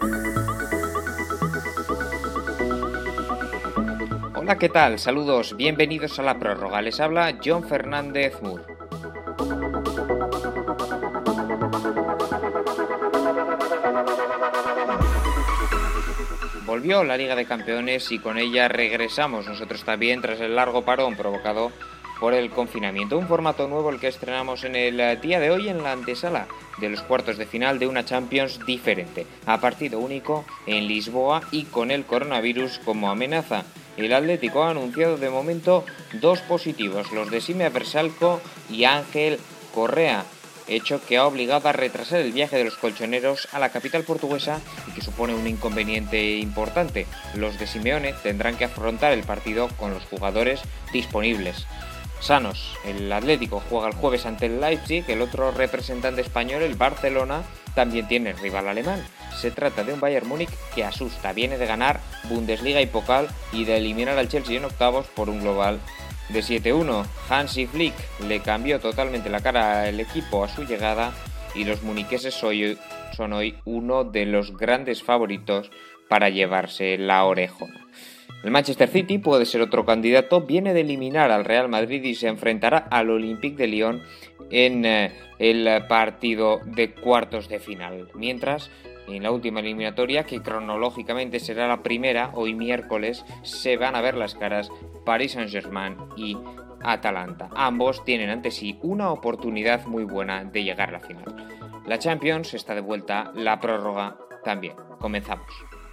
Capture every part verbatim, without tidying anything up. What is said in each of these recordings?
Hola, ¿qué tal? Saludos, bienvenidos a la prórroga. Les habla John Fernández Moore. Volvió la Liga de Campeones y con ella regresamos nosotros también tras el largo parón provocado por el confinamiento. Un formato nuevo el que estrenamos en el día de hoy en la antesala de los cuartos de final de una Champions diferente, a partido único en Lisboa y con el coronavirus como amenaza. El Atlético ha anunciado de momento dos positivos, los de Sime Vrsaljko y Ángel Correa, hecho que ha obligado a retrasar el viaje de los colchoneros a la capital portuguesa y que supone un inconveniente importante. Los de Simeone tendrán que afrontar el partido con los jugadores disponibles sanos. El Atlético juega el jueves ante el Leipzig, el otro representante español, el Barcelona, también tiene rival alemán. Se trata de un Bayern Múnich que asusta, viene de ganar Bundesliga y Pokal y de eliminar al Chelsea en octavos por un global de siete uno. Hansi Flick le cambió totalmente la cara al equipo a su llegada y los muniqueses hoy, son hoy uno de los grandes favoritos para llevarse la orejona. El Manchester City puede ser otro candidato, viene de eliminar al Real Madrid y se enfrentará al Olympique de Lyon en eh, el partido de cuartos de final. Mientras, en la última eliminatoria, que cronológicamente será la primera, hoy miércoles, se van a ver las caras Paris Saint-Germain y Atalanta. Ambos tienen ante sí una oportunidad muy buena de llegar a la final. La Champions está de vuelta, la prórroga también. Comenzamos.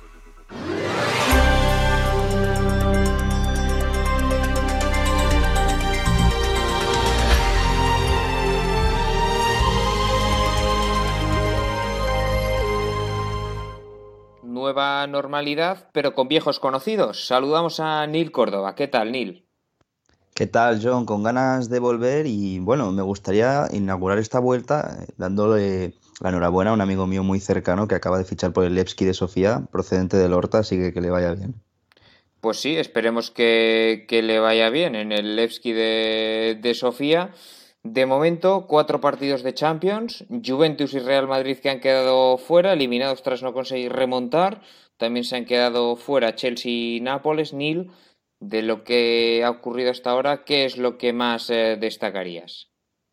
Nueva normalidad, pero con viejos conocidos. Saludamos a Neil Córdoba. ¿Qué tal, Neil? ¿Qué tal, John? Con ganas de volver y bueno, me gustaría inaugurar esta vuelta eh, dándole la enhorabuena a un amigo mío muy cercano que acaba de fichar por el Levski de Sofía, procedente del Horta, así que que le vaya bien. Pues sí, esperemos que, que le vaya bien en el Levski de, de Sofía. De momento, cuatro partidos de Champions. Juventus y Real Madrid que han quedado fuera, eliminados tras no conseguir remontar. También se han quedado fuera Chelsea y Nápoles. Neil, de lo que ha ocurrido hasta ahora, ¿qué es lo que más eh, destacarías?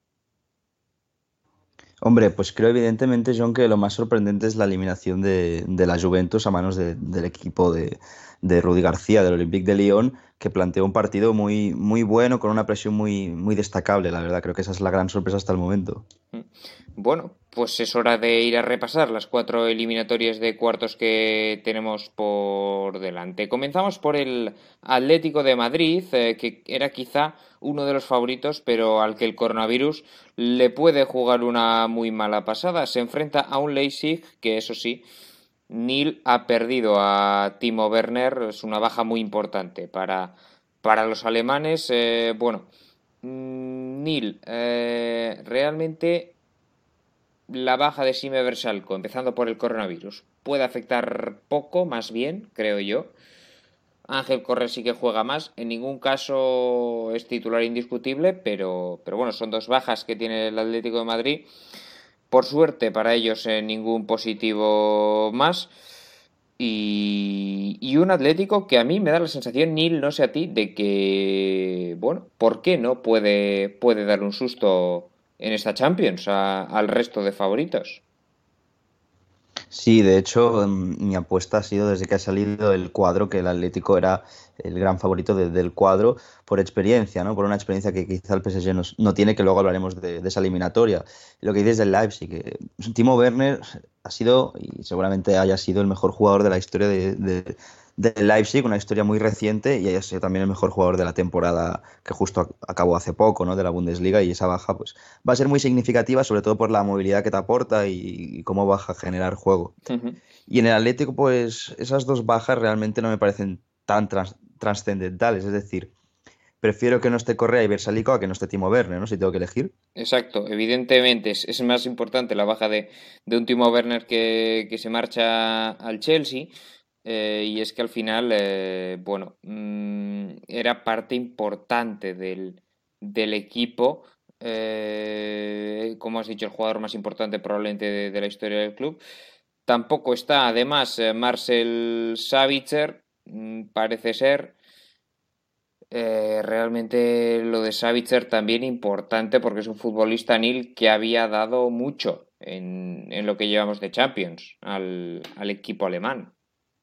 Hombre, pues creo evidentemente, John, que lo más sorprendente es la eliminación de, de la Juventus a manos de- del equipo de, de Rudy García, del Olympique de Lyon, que planteó un partido muy, muy bueno, con una presión muy, muy destacable, la verdad. Creo que esa es la gran sorpresa hasta el momento. Bueno, pues es hora de ir a repasar las cuatro eliminatorias de cuartos que tenemos por delante. Comenzamos por el Atlético de Madrid, eh, que era quizá uno de los favoritos, pero al que el coronavirus le puede jugar una muy mala pasada. Se enfrenta a un Leipzig que, eso sí, Neil ha perdido a Timo Werner, es una baja muy importante para, para los alemanes. Eh, bueno, mm, Neil, eh, realmente la baja de Sime Vrsaljko, empezando por el coronavirus, puede afectar poco, más bien, creo yo. Ángel Correa sí que juega más, en ningún caso es titular indiscutible, pero, pero bueno, son dos bajas que tiene el Atlético de Madrid. Por suerte para ellos, eh, ningún positivo más. Y, y un Atlético que a mí me da la sensación, Neil, no sé a ti, de que, bueno, ¿por qué no puede, puede dar un susto en esta Champions a- al resto de favoritos? Sí, de hecho, mm, mi apuesta ha sido desde que ha salido el cuadro que el Atlético era el gran favorito de- del cuadro por experiencia, ¿no? Por una experiencia que quizá el P S G no, no tiene, que luego hablaremos de, de esa eliminatoria. Lo que dices del Leipzig, que Timo Werner ha sido y seguramente haya sido el mejor jugador de la historia de, de- del Leipzig, una historia muy reciente y haya sido también el mejor jugador de la temporada que justo ac- acabó hace poco, ¿no? De la Bundesliga y esa baja, pues va a ser muy significativa, sobre todo por la movilidad que te aporta y, y cómo va a generar juego. Y en el Atlético, pues esas dos bajas realmente no me parecen tan trans- trascendentales. Es decir, prefiero que no esté Correa y Versalico a que no esté Timo Werner, ¿no? Si tengo que elegir. Exacto, evidentemente es, es más importante la baja de, de un Timo Werner que, que se marcha al Chelsea, eh, y es que al final, eh, bueno, mm, era parte importante del, del equipo, eh, como has dicho, el jugador más importante probablemente de, de la historia del club. tampoco está, además, eh, Marcel Sabitzer, mm, parece ser. Eh, realmente lo de Sabitzer también importante porque es un futbolista Nil que había dado mucho en, en lo que llevamos de Champions al, al equipo alemán.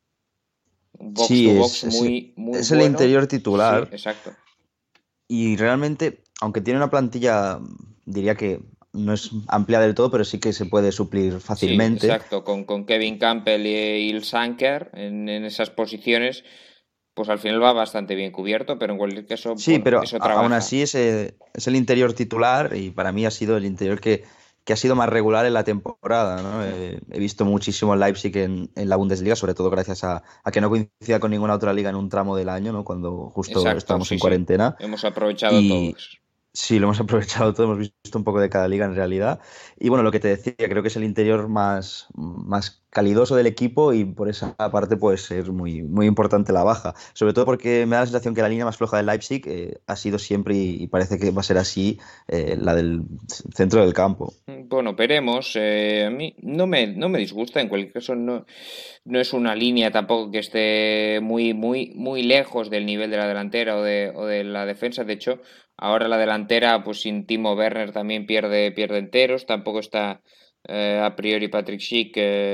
Un box Sí, to box es, es, muy, muy es el bueno. interior Sí, titular exacto. y realmente, aunque tiene una plantilla, diría que no es amplia del todo, pero sí que se puede suplir Sí, fácilmente. exacto. Con, con Kevin Campbell y Il Sanker en, en esas posiciones, pues al final va bastante bien cubierto, pero en cualquier caso, Sí, bueno, es pero a- otra aún baja. así es, eh, es el interior titular y para mí ha sido el interior que, que ha sido más regular en la temporada, ¿no? Mm. Eh, he visto muchísimo el Leipzig en, en la Bundesliga, sobre todo gracias a, a que no coincida con ninguna otra liga en un tramo del año, ¿no? Cuando justo Exacto, estábamos sí, en sí. cuarentena. Hemos aprovechado Y todos. sí, lo hemos aprovechado todo, hemos visto un poco de cada liga en realidad. Y bueno, lo que te decía, creo que es el interior más, más calidoso del equipo y por esa parte puede ser muy, muy importante la baja. Sobre todo porque me da la sensación que la línea más floja del Leipzig eh, ha sido siempre y, y parece que va a ser así eh, la del centro del campo. Bueno, veremos. Eh, a mí no me, no me disgusta, en cualquier caso no, no es una línea tampoco que esté muy, muy, muy lejos del nivel de la delantera o de, o de la defensa. De hecho, ahora la delantera, pues sin Timo Werner también pierde, pierde enteros. Tampoco está eh, a priori Patrick Schick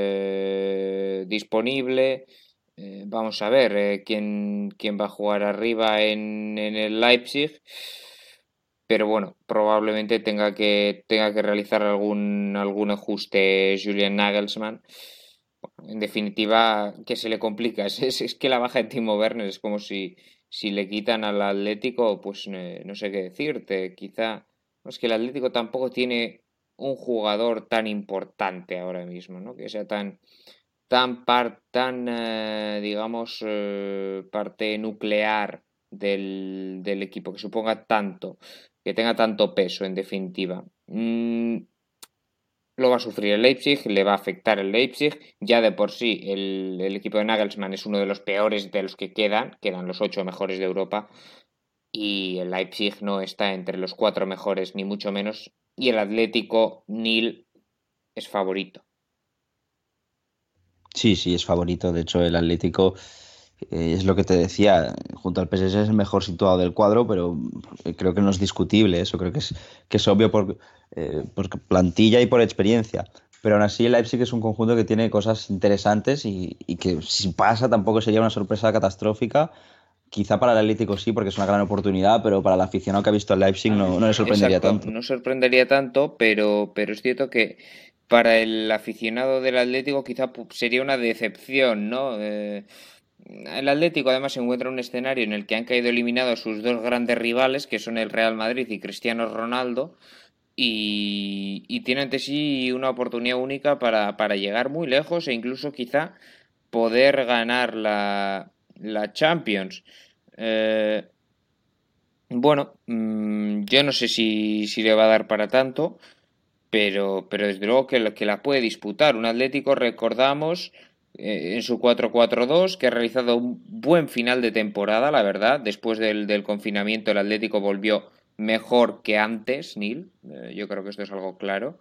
eh, disponible. Eh, vamos a ver eh, quién, quién va a jugar arriba en, en el Leipzig. Pero bueno, probablemente tenga que, tenga que realizar algún, algún ajuste Julian Nagelsmann. En definitiva, que se le complica. Es, es, es que la baja de Timo Werner es como si, si le quitan al Atlético, pues eh, no sé qué decirte. Quizá, no, es que el Atlético tampoco tiene un jugador tan importante ahora mismo, ¿no? Que sea tan, tan, par, tan eh, digamos, eh, parte nuclear del, del equipo, que suponga tanto, que tenga tanto peso, en definitiva. Mm, lo va a sufrir el Leipzig, le va a afectar el Leipzig. Ya de por sí, el, el equipo de Nagelsmann es uno de los peores de los que quedan, quedan los ocho mejores de Europa, y el Leipzig no está entre los cuatro mejores, ni mucho menos, y el Atlético Nil es favorito. Sí, sí, es favorito. De hecho, el Atlético eh, es lo que te decía, junto al P S G es el mejor situado del cuadro, pero eh, creo que no es discutible eso, creo que es, que es obvio por, eh, por plantilla y por experiencia. Pero aún así el Leipzig es un conjunto que tiene cosas interesantes y, y que si pasa tampoco sería una sorpresa catastrófica. Quizá para el Atlético sí, porque es una gran oportunidad, pero para el aficionado que ha visto al Leipzig no, no le sorprendería Exacto, tanto. no sorprendería tanto, pero, pero es cierto que para el aficionado del Atlético quizá pu- sería una decepción, ¿no? Eh, el Atlético además se encuentra en un escenario en el que han caído eliminados sus dos grandes rivales, que son el Real Madrid y Cristiano Ronaldo, y, y tiene ante sí una oportunidad única para, para llegar muy lejos e incluso quizá poder ganar la, la Champions. Eh, bueno, mmm, yo no sé si, si le va a dar para tanto, pero, pero desde luego que, la- que la puede disputar. Un Atlético, recordamos, eh, en su cuatro cuatro dos, que ha realizado un buen final de temporada, la verdad. Después del, del confinamiento, el Atlético volvió mejor que antes, Neil. Eh, yo creo que esto es algo claro.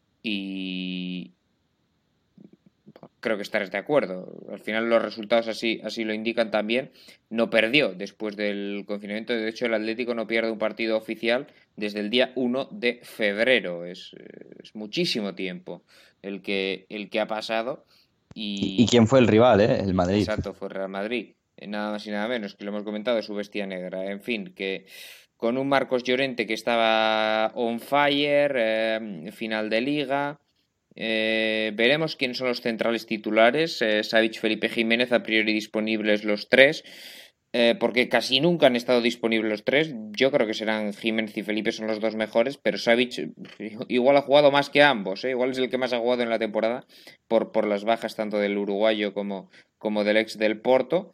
Y, creo que estarás de acuerdo. Al final los resultados así, así lo indican también. No perdió después del confinamiento. De hecho, el Atlético no pierde un partido oficial desde el día uno de febrero. Es, es muchísimo tiempo el que, el que ha pasado. ¿Y, y Y quién fue el rival, eh? El Madrid. exacto, fue Real Madrid. Eh, Nada más y nada menos que lo hemos comentado de su bestia negra. En fin, que con un Marcos Llorente que estaba on fire, eh, final de liga. Eh, veremos quiénes son los centrales titulares. Eh, Savic, Felipe Jiménez, a priori disponibles los tres. Eh, porque casi nunca han estado disponibles los tres. Yo creo que serán Jiménez y Felipe son los dos mejores, pero Savic eh, igual ha jugado más que ambos, ¿eh? Igual es el que más ha jugado en la temporada por, por las bajas tanto del uruguayo como, como del ex del Porto.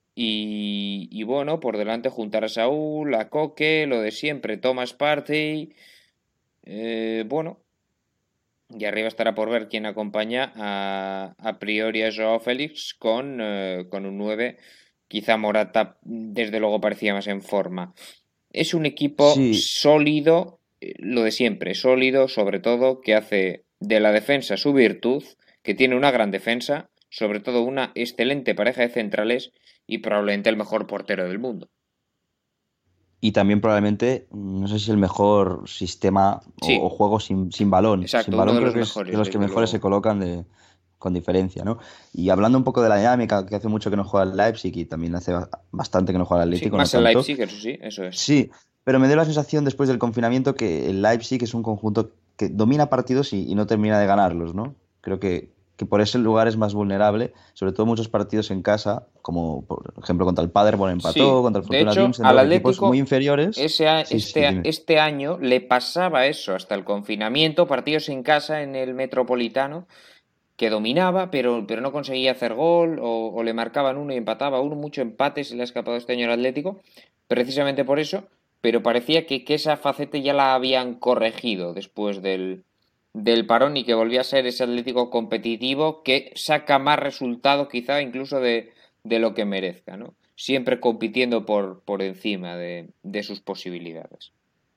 Y, y bueno, por delante juntar a Saúl, a Coque, lo de siempre, Thomas Partey. Eh, bueno, y arriba estará por ver quién acompaña a, a priori a Joao Félix con, eh, con un nueve. Quizá Morata desde luego parecía más en forma. Es un equipo Sí, sólido, eh, lo de siempre, sólido sobre todo, que hace de la defensa su virtud que tiene una gran defensa, sobre todo una excelente pareja de centrales y probablemente el mejor portero del mundo. Y también probablemente, no sé si el mejor sistema o, o Sí, juego sin, sin balón. Sin exacto, uno balón de creo los que es de mejores, los que desde mejores se luego. colocan de, con diferencia, ¿no? Y hablando un poco de la dinámica, que hace mucho que no juega el Leipzig y también hace ba- bastante que no juega el Sí, Atlético, no más el tanto. Leipzig, eso sí, eso es. Sí, pero me dio la sensación después del confinamiento que el Leipzig es un conjunto que domina partidos y, y no termina de ganarlos, ¿no? Creo que, que por ese lugar es más vulnerable, sobre todo muchos partidos en casa, como por ejemplo contra el Paderborn empató, Sí, contra el de Fortuna hecho, Düsseldorf, al equipos muy Atlético inferiores. ese, a- Sí, sí, este, a- dime. este año le pasaba eso hasta el confinamiento, partidos en casa en el Metropolitano, que dominaba, pero, pero no conseguía hacer gol, o, o le marcaban uno y empataba uno, mucho empate se le ha escapado este año al Atlético, precisamente por eso, pero parecía que, que esa faceta ya la habían corregido después del, del parón y que volvía a ser ese Atlético competitivo que saca más resultado quizá incluso de, de lo que merezca, ¿no? Siempre compitiendo por, por encima de, de sus posibilidades.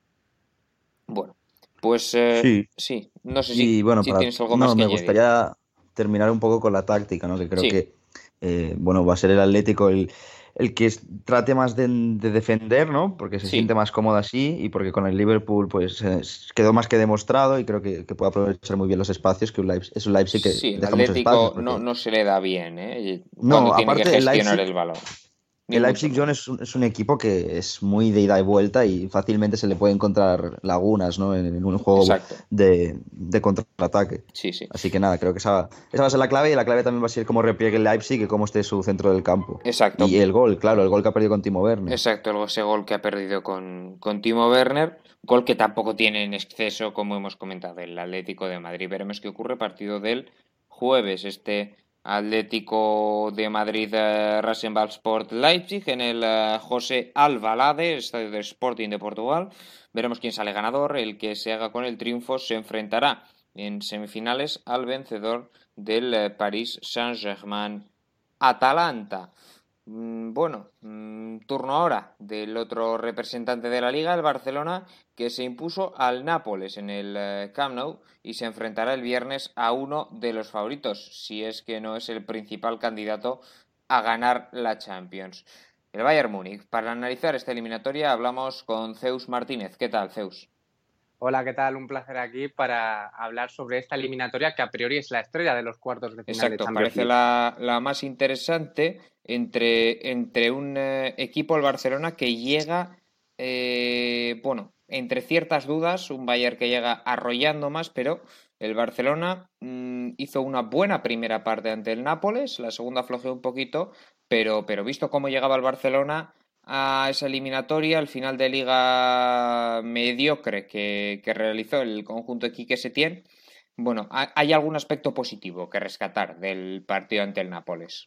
Bueno, pues eh, Sí, sí, no sé si, y bueno, si para tienes algo más no, que me añadir. gustaría terminar un poco con la táctica, ¿no? Que creo Sí, que eh, bueno, va a ser el Atlético el, el que es- trate más de, de defender, ¿no? Porque se siente sí, más cómodo así y porque con el Liverpool pues eh, quedó más que demostrado y creo que, que puede aprovechar muy bien los espacios que un Leipzig, es un Leipzig que sí, el deja muchos espacios Atlético no, porque no se le da bien, ¿eh? Cuando no, tiene que aparte el gestionar Leipzig el balón. Ni el mucho Leipzig John menos. es un, es un equipo que es muy de ida y vuelta y fácilmente se le puede encontrar lagunas, ¿no? En, en un juego Exacto. de, de contraataque. Sí, sí. Así que nada, creo que esa, esa va a ser la clave y la clave también va a ser cómo repliegue el Leipzig y cómo esté su centro del campo. Exacto. Y el gol, claro, el gol que ha perdido con Timo Werner. Exacto, el- ese gol que ha perdido con, con Timo Werner. Gol que tampoco tiene en exceso, como hemos comentado, el Atlético de Madrid. Veremos qué ocurre. Partido del jueves. Este Atlético de Madrid eh, Rasenballsport Leipzig en el eh, José Alvalade, estadio de Sporting de Portugal. Veremos quién sale ganador. El que se haga con el triunfo se enfrentará en semifinales al vencedor del eh, Paris Saint-Germain Atalanta. Mm, Bueno, mm, turno ahora del otro representante de la liga, el Barcelona, que se impuso al Nápoles en el eh, Camp Nou y se enfrentará el viernes a uno de los favoritos, si es que no es el principal candidato a ganar la Champions. El Bayern Múnich. Para analizar esta eliminatoria hablamos con Zeus Martínez. ¿Qué tal, Zeus? Hola, ¿qué tal? Un placer aquí para hablar sobre esta eliminatoria que a priori es la estrella de los cuartos de final de Exacto, Champions parece League. la, la más interesante entre, entre un eh, equipo, el Barcelona, que llega, eh, bueno, entre ciertas dudas, un Bayern que llega arrollando más, pero el Barcelona mm, hizo una buena primera parte ante el Nápoles, la segunda flojeó un poquito, pero, pero visto cómo llegaba el Barcelona a esa eliminatoria, al final de liga mediocre que, que realizó el conjunto de Quique Setién, bueno, hay algún aspecto positivo que rescatar del partido ante el Nápoles.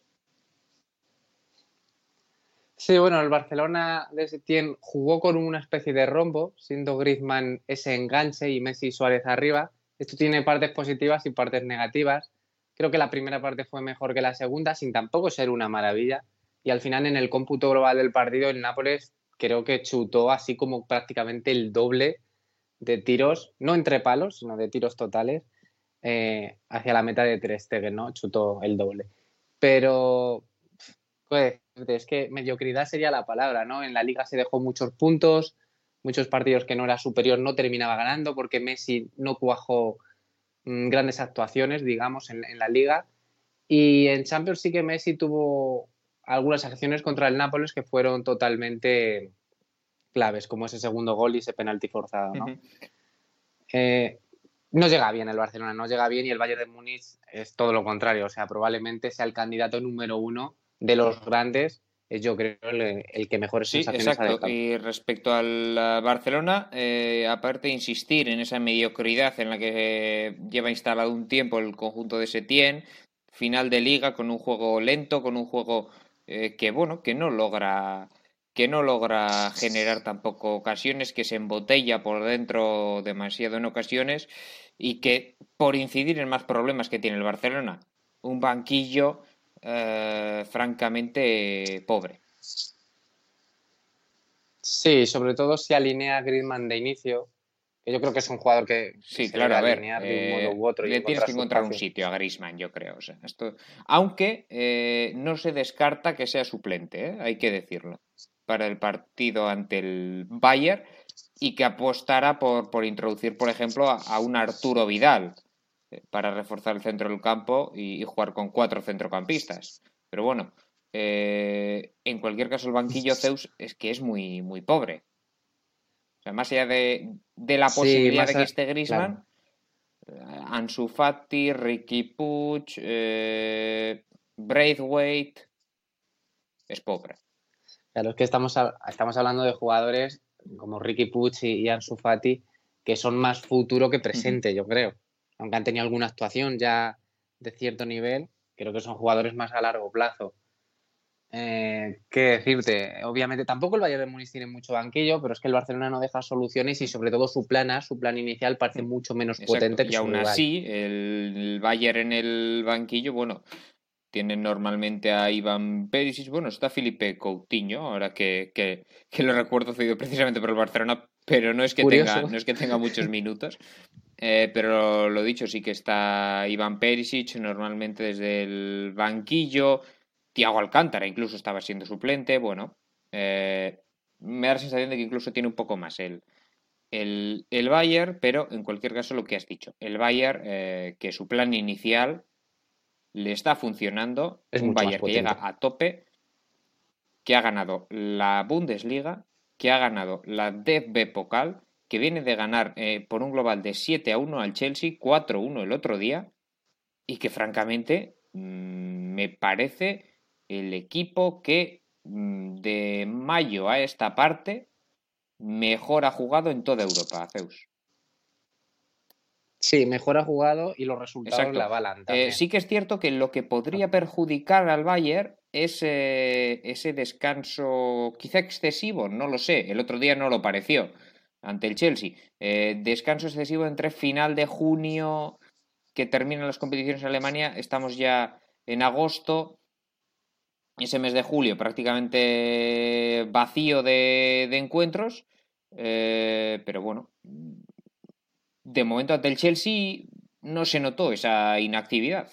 Sí, bueno, el Barcelona de Setién jugó con una especie de rombo, siendo Griezmann ese enganche y Messi y Suárez arriba. Esto tiene partes positivas y partes negativas. Creo que la primera parte fue mejor que la segunda, sin tampoco ser una maravilla. Y al final, en el cómputo global del partido, el Nápoles creo que chutó así como prácticamente el doble de tiros, no entre palos, sino de tiros totales, eh, hacia la meta de Ter Stegen, ¿no? Chutó el doble. Pero, pues, es que mediocridad sería la palabra, ¿no? En la liga se dejó muchos puntos, muchos partidos que no era superior no terminaba ganando porque Messi no cuajó mmm, grandes actuaciones, digamos, en, en la liga. Y en Champions sí que Messi tuvo algunas acciones contra el Nápoles que fueron totalmente claves, como ese segundo gol y ese penalti forzado, ¿no? Uh-huh. Eh, no llega bien el Barcelona, no llega bien y el Bayern de Múnich es todo lo contrario. O sea, probablemente sea el candidato número uno de los grandes. Es yo creo el, el que mejores Sí, sensaciones ha exacto. dejado. Y respecto al uh, Barcelona, eh, aparte de insistir en esa mediocridad en la que eh, lleva instalado un tiempo el conjunto de Setién, final de liga con un juego lento, con un juego eh, que bueno, que no logra que no logra generar tampoco ocasiones, que se embotella por dentro demasiado en ocasiones y que por incidir en más problemas que tiene el Barcelona, un banquillo eh, francamente pobre. Sí, sobre todo si alinea a Griezmann de inicio, que yo creo que es un jugador que sí, se claro, debe a ver, alinear de un eh, modo u otro y le tienes que encontrar un espacio. sitio a Griezmann, yo creo. O sea, esto, aunque eh, no se descarta que sea suplente, ¿eh? Hay que decirlo, para el partido ante el Bayern y que apostara por, por introducir, por ejemplo, a, a un Arturo Vidal eh, para reforzar el centro del campo y, y jugar con cuatro centrocampistas. Pero bueno, eh, en cualquier caso el banquillo Zeus es que es muy, muy pobre. O sea, más allá de, de la Sí, posibilidad más de que a... esté claro. Griezmann, Ansu Fati, Ricky Puig, eh, Braithwaite, es pobre. Claro, es que estamos, a- estamos hablando de jugadores como Ricky Puig y, y Ansu Fati que son más futuro que presente, yo creo. Aunque han tenido alguna actuación ya de cierto nivel, creo que son jugadores más a largo plazo. Eh, ¿qué decirte? Obviamente tampoco el Bayern de Múnich tiene mucho banquillo, pero es que el Barcelona no deja soluciones y sobre todo su plan A, su plan inicial parece mucho menos Exacto, potente que y su aún rival. así, el, el Bayern en el banquillo, bueno, tienen normalmente a Iván Perisic, bueno, está Felipe Coutinho, ahora que, que, que lo recuerdo cedido precisamente por el Barcelona, pero no es que tenga, Curioso. no es que tenga muchos minutos. Eh, pero lo dicho, sí que está Iván Perisic normalmente desde el banquillo. Thiago Alcántara incluso estaba siendo suplente. Bueno, eh, me da la sensación de que incluso tiene un poco más el, el, el Bayern, pero en cualquier caso lo que has dicho. El Bayern, eh, que su plan inicial le está funcionando. Es Un mucho más Bayern que llega potente. a tope, que ha ganado la Bundesliga, que ha ganado la D F B Pokal, que viene de ganar eh, por un global de siete a uno al Chelsea, cuatro a uno el otro día, y que francamente mmm, me parece el equipo que mmm, de mayo a esta parte mejor ha jugado en toda Europa, Zeus. Sí, mejor ha jugado y los resultados la Exacto. avalan Eh, también. sí que es cierto que lo que podría perjudicar al Bayern es eh, ese descanso quizá excesivo, no lo sé, el otro día no lo pareció ante el Chelsea. Eh, descanso excesivo entre final de junio, que terminan las competiciones en Alemania, estamos ya en agosto, ese mes de julio prácticamente vacío de, de encuentros, eh, pero bueno, de momento ante el Chelsea no se notó esa inactividad.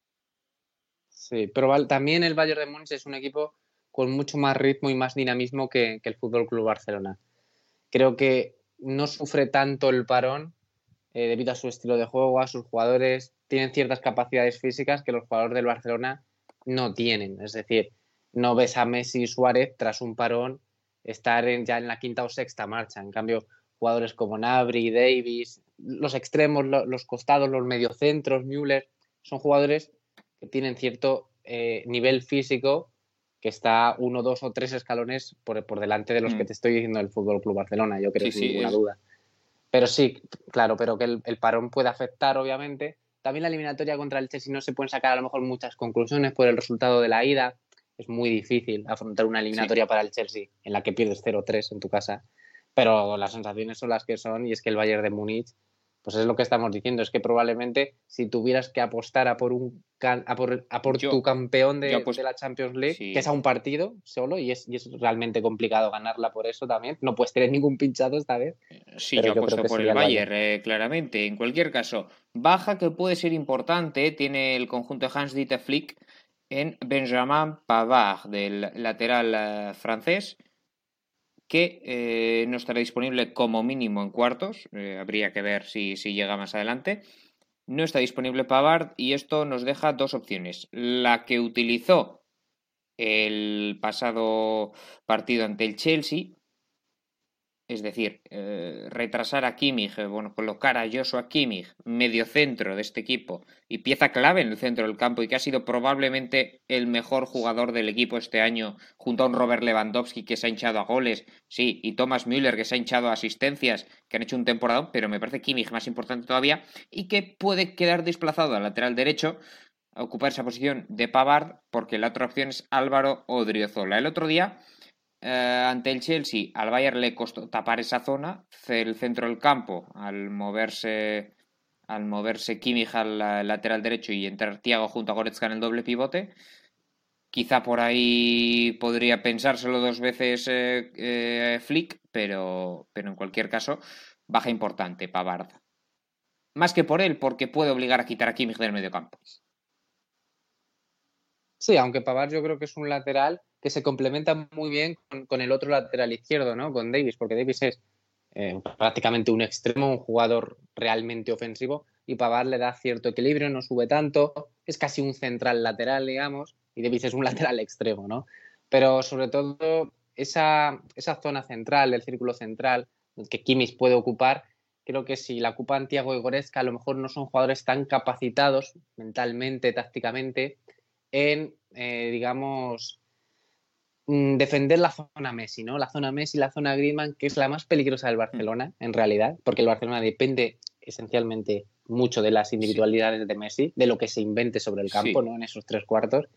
Sí, pero val- también el Bayern de Múnich es un equipo con mucho más ritmo y más dinamismo que, que el Fútbol Club Barcelona. Creo que no sufre tanto el parón eh, debido a su estilo de juego, a sus jugadores. Tienen ciertas capacidades físicas que los jugadores del Barcelona no tienen. Es decir, no ves a Messi y Suárez tras un parón estar en- ya en la quinta o sexta marcha. En cambio, jugadores como Gnabry, Davis, los extremos, lo- los costados, los mediocentros, Müller, son jugadores que tienen cierto eh, nivel físico que está uno, dos o tres escalones por, por delante de los que Mm. te estoy diciendo del Fútbol Club Barcelona, yo creo, Sí, sin sí, ninguna es, duda. Pero sí, claro, pero que el, el, parón puede afectar, obviamente. También la eliminatoria contra el Chelsea no se pueden sacar a lo mejor muchas conclusiones por el resultado de la ida. Es muy difícil afrontar una sí. eliminatoria para el Chelsea en la que pierdes cero tres en tu casa. Pero las sensaciones son las que son y es que el Bayern de Múnich, pues es lo que estamos diciendo, es que probablemente si tuvieras que apostar a por, un, a por, a por tu Yo, campeón yo de, de, apuesto, la Champions League, que es sí, a un partido solo y es, y es realmente complicado ganarla por eso también. No puedes tener ningún pinchado esta vez, sí, pero yo yo creo apuesto que por el sería el Bayern. Bayern, eh, claramente. En cualquier caso, baja que puede ser importante tiene el conjunto de Hans-Dieter Flick en Benjamin Pavard, del lateral eh, francés, que eh, no estará disponible como mínimo en cuartos. Eh, habría que ver si, si llega más adelante. No está disponible Pavard y esto nos deja dos opciones. La que utilizó el pasado partido ante el Chelsea, es decir, eh, retrasar a Kimmich, eh, bueno, colocar a Joshua Kimmich, medio centro de este equipo y pieza clave en el centro del campo y que ha sido probablemente el mejor jugador del equipo este año, junto a un Robert Lewandowski que se ha hinchado a goles, sí, y Thomas Müller que se ha hinchado a asistencias, que han hecho un temporadón, pero me parece Kimmich más importante todavía y que puede quedar desplazado al lateral derecho a ocupar esa posición de Pavard porque la otra opción es Álvaro Odriozola. El otro día eh, ante el Chelsea, al Bayern le costó tapar esa zona, el centro del campo, al moverse al moverse Kimmich al lateral derecho y entrar Thiago junto a Goretzka en el doble pivote. Quizá por ahí podría pensárselo dos veces eh, eh, Flick, pero, pero en cualquier caso baja importante Pavard. Más que por él, porque puede obligar a quitar a Kimmich del mediocampo. Sí, aunque Pavard yo creo que es un lateral que se complementa muy bien con, con el otro lateral izquierdo, ¿no? Con Davis, porque Davis es eh, prácticamente un extremo, un jugador realmente ofensivo, y Pavard le da cierto equilibrio, no sube tanto, es casi un central lateral, digamos, y Davis es un lateral extremo, ¿no? Pero sobre todo esa, esa zona central, el círculo central, que Kimmich puede ocupar, creo que si la ocupan Thiago y Goretzka, a lo mejor no son jugadores tan capacitados mentalmente, tácticamente, en, eh, digamos, defender la zona Messi, ¿no? La zona Messi, la zona Griezmann, que es la más peligrosa del Barcelona, en realidad, porque el Barcelona depende esencialmente mucho de las individualidades sí. de Messi, de lo que se invente sobre el campo, sí. ¿no? En esos tres cuartos.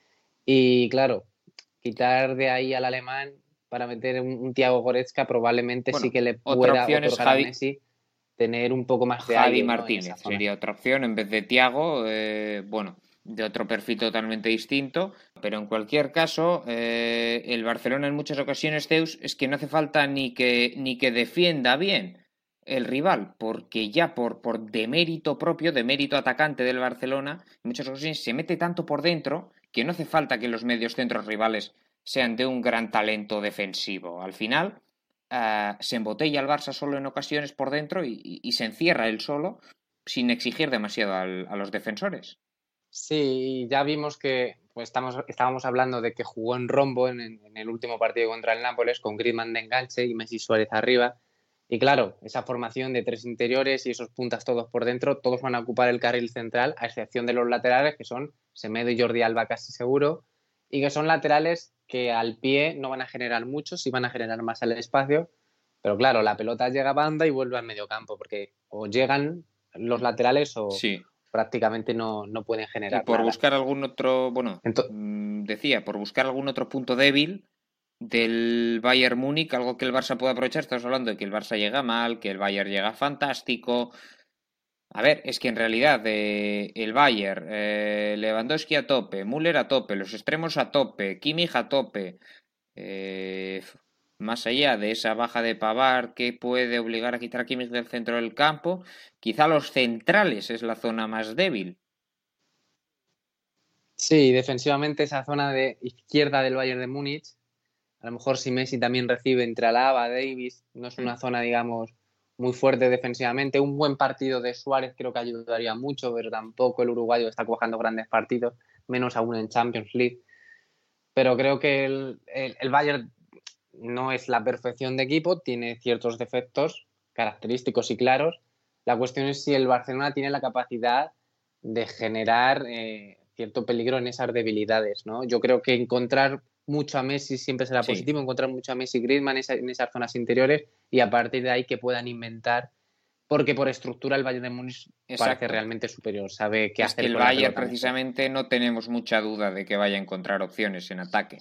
Y claro, quitar de ahí al alemán para meter un, un Thiago Goretzka probablemente bueno, sí que le pueda otorgar Javi, a Messi tener un poco más de Javi aire, Martínez, ¿no? Sería otra opción en vez de Thiago, eh, bueno, de otro perfil totalmente distinto, pero en cualquier caso, eh, el Barcelona en muchas ocasiones, Zeus, es que no hace falta ni que, ni que defienda bien el rival, porque ya por, por demérito propio, demérito atacante del Barcelona, en muchas ocasiones se mete tanto por dentro que no hace falta que los medios centros rivales sean de un gran talento defensivo. Al final, uh, se embotella el Barça solo en ocasiones por dentro y, y, y se encierra él solo sin exigir demasiado al, a los defensores. Sí, ya vimos que pues estamos, estábamos hablando de que jugó en rombo en, en el último partido contra el Nápoles con Griezmann de enganche y Messi Suárez arriba. Y claro, esa formación de tres interiores y esos puntas todos por dentro, todos van a ocupar el carril central, a excepción de los laterales, que son Semedo y Jordi Alba casi seguro, y que son laterales que al pie no van a generar mucho, sí van a generar más al espacio, pero claro, la pelota llega a banda y vuelve al medio campo, porque o llegan los laterales o... Sí. prácticamente no, no pueden generar y por nada. buscar algún otro, bueno, Entonces, decía, por buscar algún otro punto débil del Bayern Múnich, algo que el Barça pueda aprovechar, estamos hablando de que el Barça llega mal, que el Bayern llega fantástico. A ver, es que en realidad eh, el Bayern, eh, Lewandowski a tope, Müller a tope, los extremos a tope, Kimmich a tope, eh, más allá de esa baja de Pavard que puede obligar a quitar a Kimmich del centro del campo, quizá los centrales es la zona más débil. Sí, defensivamente esa zona de izquierda del Bayern de Múnich, a lo mejor si Messi también recibe entre Alaba, Davis, no es una zona, digamos, muy fuerte defensivamente. Un buen partido de Suárez creo que ayudaría mucho, pero tampoco el uruguayo está cuajando grandes partidos, menos aún en Champions League. Pero creo que el, el, el Bayern no es la perfección de equipo, tiene ciertos defectos característicos y claros. La cuestión es si el Barcelona tiene la capacidad de generar eh, cierto peligro en esas debilidades, ¿no? Yo creo que encontrar mucho a Messi siempre será sí. positivo, encontrar mucho a Messi y Griezmann en, esa, en esas zonas interiores y a partir de ahí que puedan inventar, porque por estructura el Bayern de Múnich parece realmente superior, sabe qué es hacer que el con Bayern la pelota, precisamente no tenemos mucha duda de que vaya a encontrar opciones en ataque.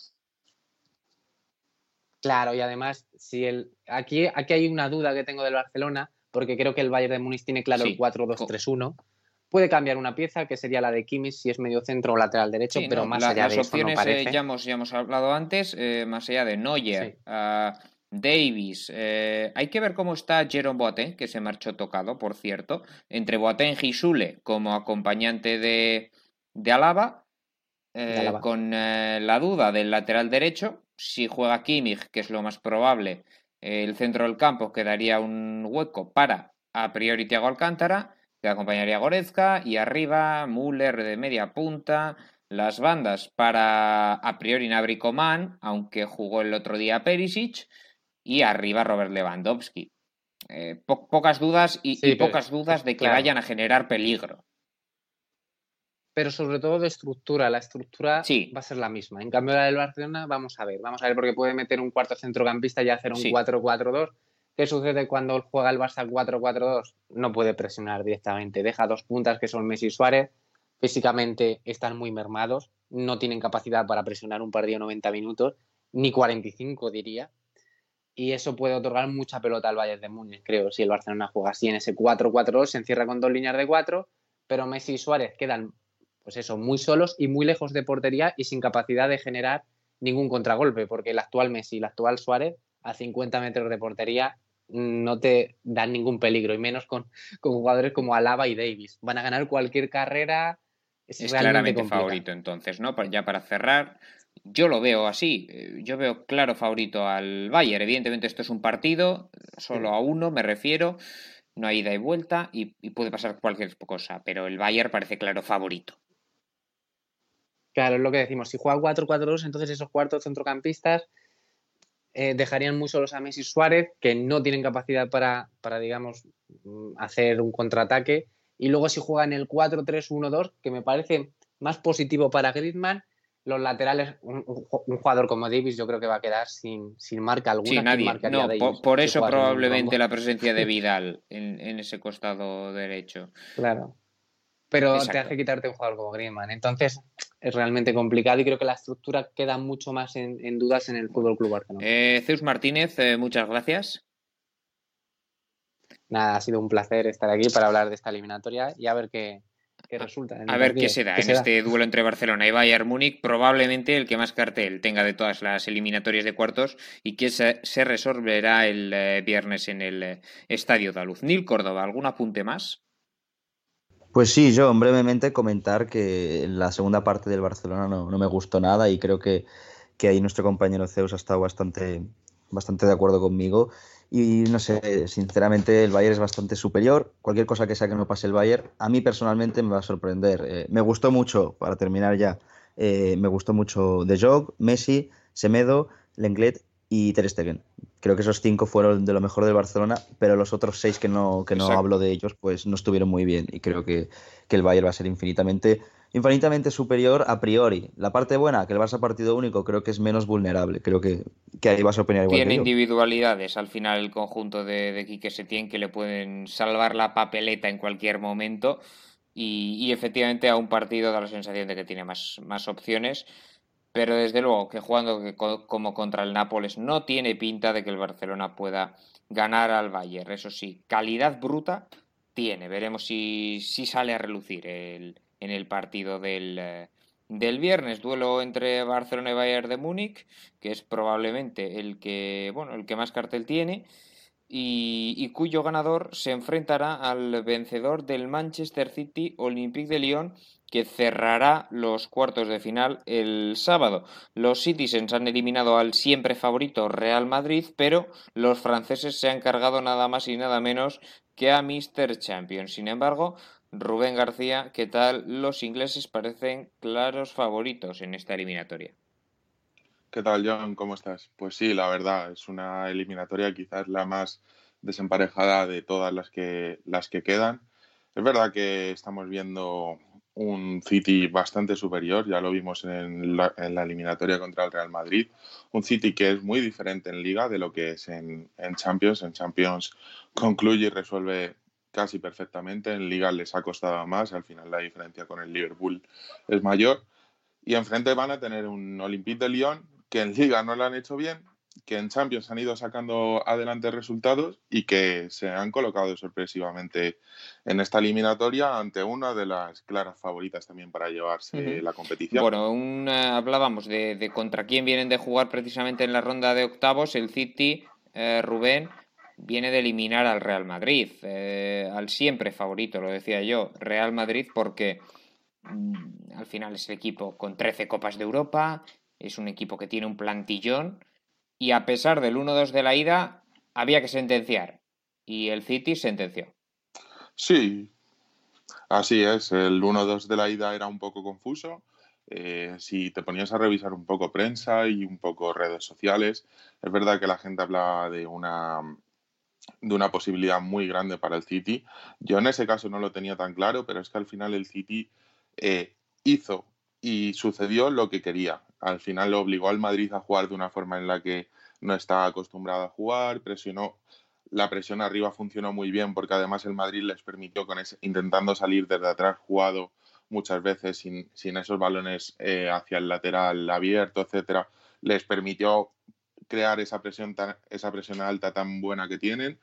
Claro, y además, si el aquí, aquí hay una duda que tengo del Barcelona, porque creo que el Bayern de Múnich tiene claro sí. el cuatro dos tres uno. Puede cambiar una pieza, que sería la de Kimmich, si es medio centro o lateral derecho, sí, pero no, más la, allá las de opciones, eso no parece. Eh, ya, hemos, ya hemos hablado antes, eh, más allá de Neuer, sí. uh, Davis. Eh, hay que ver cómo está Jerome Boateng, que se marchó tocado, por cierto, entre Boateng y Sule como acompañante de, de Alaba, eh, de Alaba. con eh, la duda del lateral derecho. Si juega Kimmich, que es lo más probable, eh, el centro del campo quedaría un hueco para a priori Thiago Alcántara, que acompañaría a Goretzka, y arriba Müller de media punta, las bandas para a priori Gnabry Coman, aunque jugó el otro día Perisic, y arriba Robert Lewandowski. Eh, po- pocas dudas y, sí, y pocas pero, dudas de que claro. vayan a generar peligro. Pero sobre todo de estructura, la estructura sí. va a ser la misma. En cambio la del Barcelona, vamos a ver, vamos a ver porque puede meter un cuarto centrocampista y hacer un sí. cuatro cuatro dos. ¿Qué sucede cuando juega el Barça cuatro cuatro dos? No puede presionar directamente. Deja dos puntas que son Messi y Suárez. Físicamente están muy mermados. No tienen capacidad para presionar un partido noventa minutos, ni cuarenta y cinco diría. Y eso puede otorgar mucha pelota al Bayern de Múnich, creo. Si el Barcelona juega así en ese cuatro cuatro dos, se encierra con dos líneas de cuatro, pero Messi y Suárez quedan, pues eso, muy solos y muy lejos de portería y sin capacidad de generar ningún contragolpe, porque el actual Messi y el actual Suárez a cincuenta metros de portería no te dan ningún peligro, y menos con, con jugadores como Alaba y Davis. Van a ganar cualquier carrera, es, Es realmente claramente complicado. favorito entonces, ¿no? Ya para cerrar, yo lo veo así. Yo veo claro favorito al Bayern. Evidentemente esto es un partido, solo Sí. a uno me refiero. No hay ida y vuelta y, y puede pasar cualquier cosa, pero el Bayern parece claro favorito. Claro, es lo que decimos. Si juega cuatro cuatro dos, entonces esos cuartos centrocampistas eh, dejarían muy solos a Messi y Suárez, que no tienen capacidad para, para, digamos, hacer un contraataque. Y luego si juegan el cuatro tres uno dos, que me parece más positivo para Griezmann, los laterales, un, un jugador como Davis yo creo que va a quedar sin, sin marca Sí, alguna. ¿Quién nadie. marcaría a No, por, Davis por si eso juega haciendo un probablemente rombo? la presencia de Vidal en, en ese costado derecho. Claro. Pero te Exacto. hace quitarte un jugador como Griezmann. Entonces es realmente complicado y creo que la estructura queda mucho más en, en dudas en el Bueno, Fútbol Club Barcelona. eh, Zeus Martínez, eh, muchas gracias. Nada, ha sido un placer estar aquí para hablar de esta eliminatoria y a ver qué, qué resulta en A el ver qué partido. se da ¿Qué en se da? este duelo entre Barcelona y Bayern Múnich, probablemente el que más cartel tenga de todas las eliminatorias de cuartos y que se, se resolverá el eh, viernes en el eh, Estadio Daluz. Nil Córdoba, ¿algún apunte más? Pues sí, yo brevemente comentar que la segunda parte del Barcelona no, no me gustó nada y creo que, que ahí nuestro compañero Zeus ha estado bastante, bastante de acuerdo conmigo. Y no sé, sinceramente el Bayern es bastante superior. Cualquier cosa que sea que no pase el Bayern, a mí personalmente me va a sorprender. Eh, me gustó mucho, para terminar ya, eh, me gustó mucho De Jong, Messi, Semedo, Lenglet y Ter Stegen. Creo que esos cinco fueron de lo mejor del Barcelona, pero los otros seis que no, que no hablo Exacto. de ellos, pues no estuvieron muy bien. Y creo que, que el Bayern va a ser infinitamente, infinitamente superior a priori. La parte buena, que el Barça partido único, creo que es menos vulnerable. Creo que, que ahí vas a opinar igual Tiene que yo. individualidades al final el conjunto de, de Quique Setién que le pueden salvar la papeleta en cualquier momento y, y efectivamente a un partido da la sensación de que tiene más, más opciones, pero desde luego que jugando que co- como contra el Nápoles no tiene pinta de que el Barcelona pueda ganar al Bayern. Eso sí, calidad bruta tiene. Veremos si, si sale a relucir el, en el partido del, eh, del viernes, duelo entre Barcelona y Bayern de Múnich, que es probablemente el que, bueno, el que más cartel tiene y, y cuyo ganador se enfrentará al vencedor del Manchester City Olympique de Lyon, que cerrará los cuartos de final el sábado. Los Citizens han eliminado al siempre favorito Real Madrid, pero los franceses se han cargado nada más y nada menos que a míster Champions. Sin embargo, Rubén García, ¿qué tal? Los ingleses parecen claros favoritos en esta eliminatoria. ¿Qué tal, John? ¿Cómo estás? Pues sí, la verdad, es una eliminatoria quizás la más desemparejada de todas las que, las que quedan. Es verdad que estamos viendo un City bastante superior, ya lo vimos en la, en la eliminatoria contra el Real Madrid, un City que es muy diferente en Liga de lo que es en, en Champions. En Champions concluye y resuelve casi perfectamente, en Liga les ha costado más, al final la diferencia con el Liverpool es mayor. Y enfrente van a tener un Olympique de Lyon que en Liga no lo han hecho bien, que en Champions han ido sacando adelante resultados y que se han colocado sorpresivamente en esta eliminatoria ante una de las claras favoritas también para llevarse Uh-huh. la competición. Bueno, un, eh, hablábamos de, de contra quién vienen de jugar precisamente en la ronda de octavos. El City, eh, Rubén, viene de eliminar al Real Madrid, eh, al siempre favorito, lo decía yo, Real Madrid, porque mm, al final es el equipo con trece Copas de Europa, es un equipo que tiene un plantillón y a pesar del uno dos de la ida, había que sentenciar y el City sentenció. Sí, así es. El uno dos de la ida era un poco confuso. Eh, si te ponías a revisar un poco prensa y un poco redes sociales, es verdad que la gente hablaba de una de una posibilidad muy grande para el City. Yo en ese caso no lo tenía tan claro, pero es que al final el City eh, hizo y sucedió lo que quería. Al final lo obligó al Madrid a jugar de una forma en la que no estaba acostumbrado a jugar, presionó, la presión arriba funcionó muy bien porque además el Madrid les permitió, con ese, intentando salir desde atrás jugado muchas veces sin, sin esos balones eh, hacia el lateral abierto, etcétera, les permitió crear esa presión, tan, esa presión alta tan buena que tienen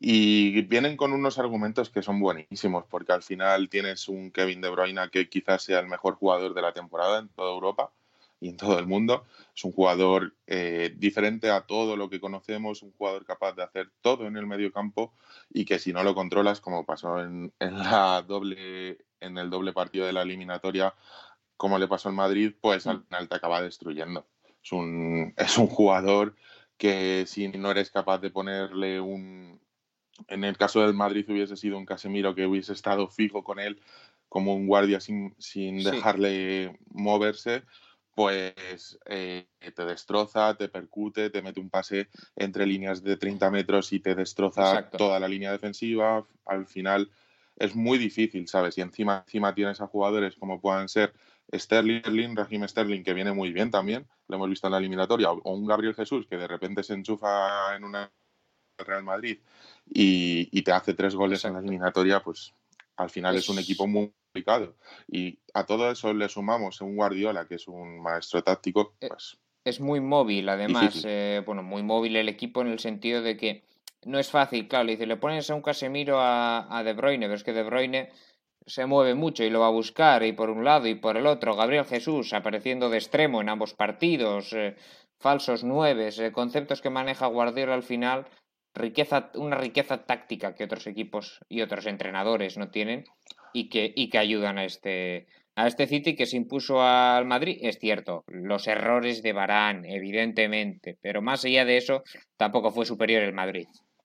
y vienen con unos argumentos que son buenísimos porque al final tienes un Kevin De Bruyne que quizás sea el mejor jugador de la temporada en toda Europa, y en todo el mundo. Es un jugador eh, diferente a todo lo que conocemos, un jugador capaz de hacer todo en el medio campo y que si no lo controlas, como pasó en, en, la doble, en el doble partido de la eliminatoria, como le pasó al Madrid, pues al final te acaba destruyendo. Es un, es un jugador que si no eres capaz de ponerle un... En el caso del Madrid hubiese sido un Casemiro que hubiese estado fijo con él como un guardia sin, sin Sí. dejarle moverse, pues eh, te destroza, te percute, te mete un pase entre líneas de treinta metros y te destroza Exacto. toda la línea defensiva. Al final es muy difícil, ¿sabes? Y encima, encima tienes a jugadores como puedan ser Sterling, Raheem Sterling, que viene muy bien también, lo hemos visto en la eliminatoria, o un Gabriel Jesús que de repente se enchufa en una Real Madrid y, y te hace tres goles Exacto. en la eliminatoria, pues al final es... es un equipo muy complicado. Y a todo eso le sumamos un Guardiola, que es un maestro táctico, pues... Es muy móvil, además, eh, bueno, muy móvil el equipo en el sentido de que no es fácil, claro, le dice, le pones a un Casemiro a, a De Bruyne, pero es que De Bruyne se mueve mucho y lo va a buscar, y por un lado y por el otro, Gabriel Jesús apareciendo de extremo en ambos partidos, eh, falsos nueves, eh, conceptos que maneja Guardiola al final, riqueza, una riqueza táctica que otros equipos y otros entrenadores no tienen y que, y que ayudan a este, a este City que se impuso al Madrid. Es cierto, los errores de Varane, evidentemente, pero más allá de eso, tampoco fue superior el Madrid.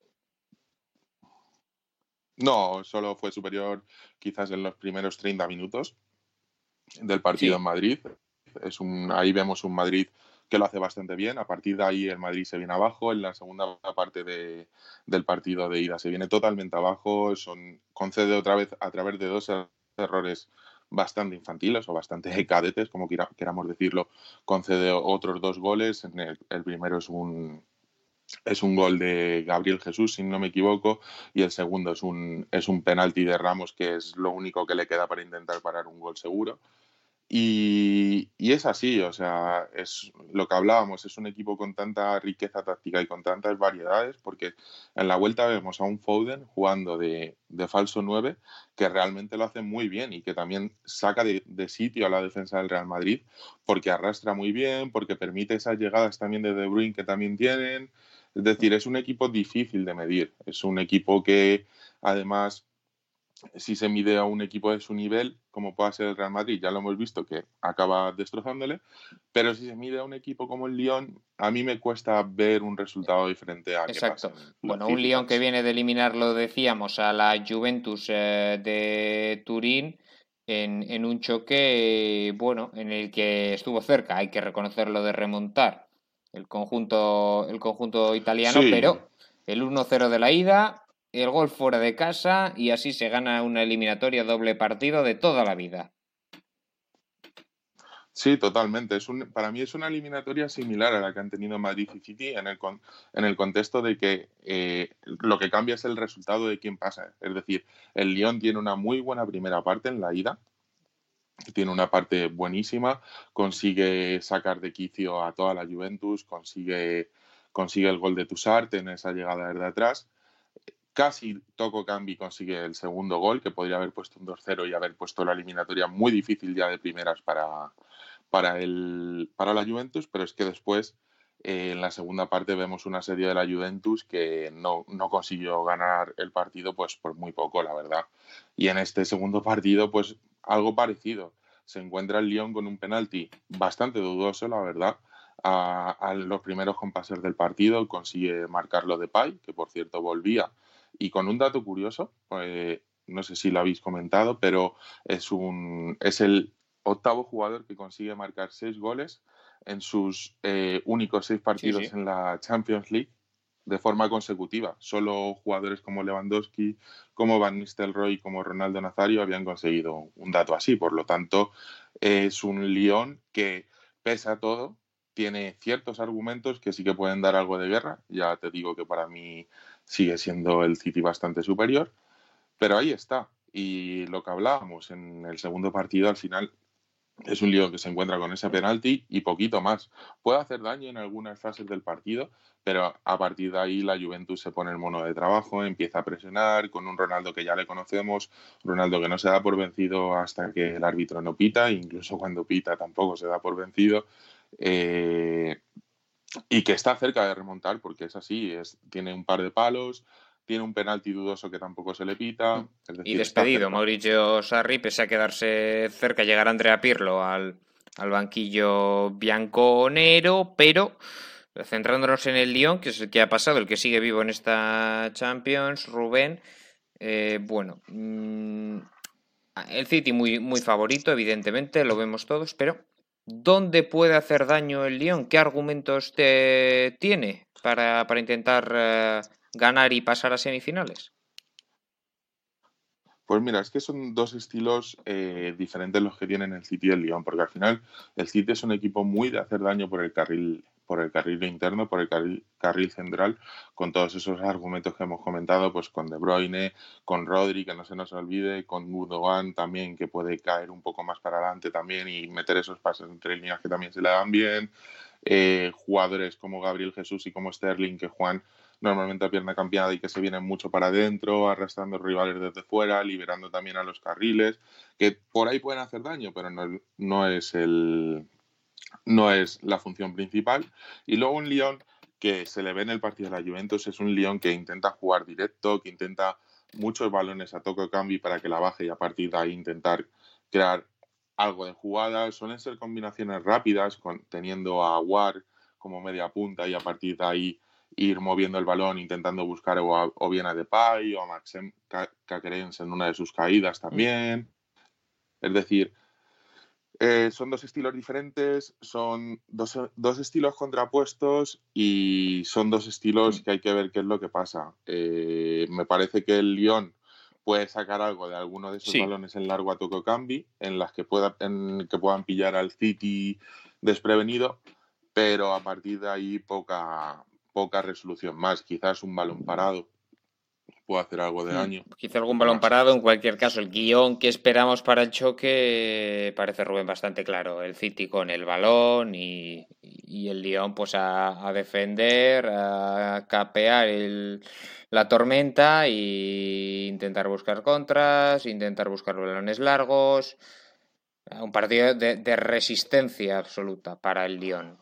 No, solo fue superior quizás en los primeros treinta minutos del partido sí. en Madrid. Es un, ahí vemos un Madrid que lo hace bastante bien. A partir de ahí el Madrid se viene abajo. En la segunda parte de, del partido de ida se viene totalmente abajo. Son, concede otra vez a través de dos errores bastante infantiles o bastante cadetes, como quiera, queramos decirlo, concede otros dos goles. En el, el primero es un, es un gol de Gabriel Jesús, si no me equivoco, y el segundo es un, es un penalti de Ramos, que es lo único que le queda para intentar parar un gol seguro. Y, y es así, o sea, es lo que hablábamos, es un equipo con tanta riqueza táctica y con tantas variedades, porque en la vuelta vemos a un Foden jugando de, de falso nueve, que realmente lo hace muy bien y que también saca de, de sitio a la defensa del Real Madrid, porque arrastra muy bien, porque permite esas llegadas también de De Bruyne que también tienen. Es decir, es un equipo difícil de medir, es un equipo que además... Si se mide a un equipo de su nivel, como pueda ser el Real Madrid, ya lo hemos visto que acaba destrozándole, pero si se mide a un equipo como el Lyon, a mí me cuesta ver un resultado diferente a Exacto. que pasa. Bueno, un Lyon que viene de eliminar, lo decíamos, a la Juventus eh, de Turín en, en un choque, bueno, en el que estuvo cerca, hay que reconocerlo, de remontar el conjunto, el conjunto italiano, sí. Pero el uno cero de la ida, el gol fuera de casa y así se gana una eliminatoria doble partido de toda la vida. Sí, totalmente. Es un, para mí es una eliminatoria similar a la que han tenido Madrid y City en el, en el contexto de que eh, lo que cambia es el resultado de quién pasa. Es decir, el Lyon tiene una muy buena primera parte en la ida, tiene una parte buenísima, consigue sacar de quicio a toda la Juventus, consigue, consigue el gol de Tussart en esa llegada desde atrás. Casi Toko Cambi consigue el segundo gol, que podría haber puesto un dos cero y haber puesto la eliminatoria muy difícil ya de primeras para, para, el, para la Juventus, pero es que después eh, en la segunda parte vemos una serie de la Juventus que no, no consiguió ganar el partido pues por muy poco, la verdad. Y en este segundo partido pues algo parecido. Se encuentra el Lyon con un penalti bastante dudoso, la verdad. A, a los primeros compases del partido consigue marcarlo Depay, que por cierto volvía. Y con un dato curioso, eh, no sé si lo habéis comentado, pero es, un, es el octavo jugador que consigue marcar seis goles en sus eh, únicos seis partidos sí, sí. en la Champions League de forma consecutiva. Solo jugadores como Lewandowski, como Van Nistelrooy, como Ronaldo Nazario habían conseguido un dato así. Por lo tanto, es un Lyon que, pese a todo, tiene ciertos argumentos que sí que pueden dar algo de guerra. Ya te digo que para mí sigue siendo el City bastante superior, pero ahí está. Y lo que hablábamos en el segundo partido, al final Es un Lyon que se encuentra con ese penalti y poquito más. Puede hacer daño en algunas fases del partido, pero a partir de ahí la Juventus se pone el mono de trabajo, empieza a presionar con un Ronaldo que ya le conocemos, Ronaldo que no se da por vencido hasta que el árbitro no pita, incluso cuando pita tampoco se da por vencido, eh, y que está cerca de remontar porque es así, es, tiene un par de palos, tiene un penalti dudoso que tampoco se le pita. Es decir, y despedido Mauricio Sarri, pese a quedarse cerca, llegar Andrea Pirlo al, al banquillo bianconero, pero centrándonos en el Lyon, que es el que ha pasado, el que sigue vivo en esta Champions, Rubén, eh, bueno, mmm, el City muy, muy favorito, evidentemente, lo vemos todos, pero ¿dónde puede hacer daño el Lyon? ¿Qué argumentos te tiene para, para intentar eh, ganar y pasar a semifinales? Pues mira, es que son dos estilos eh, diferentes los que tienen el City y el Lyon, porque al final el City es un equipo muy de hacer daño por el carril, por el carril interno, por el carril, carril central, con todos esos argumentos que hemos comentado, pues con De Bruyne, con Rodri, que no se nos olvide, con Gundogan también, que puede caer un poco más para adelante también y meter esos pases entre líneas que también se le dan bien. Eh, jugadores como Gabriel Jesús y como Sterling que juegan normalmente a pierna cambiada y que se vienen mucho para adentro, arrastrando rivales desde fuera, liberando también a los carriles, que por ahí pueden hacer daño, pero no, no es el no es la función principal. Y luego un Lyon que se le ve en el partido de la Juventus, es un Lyon que intenta jugar directo, que intenta muchos balones a toque cambio para que la baje y a partir de ahí intentar crear algo de jugadas. Suelen ser combinaciones rápidas, con, teniendo a War como media punta y a partir de ahí ir moviendo el balón, intentando buscar o, a, o bien a Depay o a Maxime Caquerens en una de sus caídas también. Es decir, eh, son dos estilos diferentes, son dos, dos estilos contrapuestos y son dos estilos que hay que ver qué es lo que pasa. Eh, me parece que el Lyon puede sacar algo de alguno de esos sí. balones en largo a toque cambi, en las que, pueda, en que puedan pillar al City desprevenido, pero a partir de ahí poca, poca resolución más. Quizás un balón parado puede hacer algo de daño. Quizá algún balón parado. En cualquier caso, el guión que esperamos para el choque parece, Rubén, bastante claro. El City con el balón y, y el Lyon pues a, a defender, a capear el, la tormenta e intentar buscar contras, intentar buscar balones largos. Un partido de, de resistencia absoluta para el Lyon.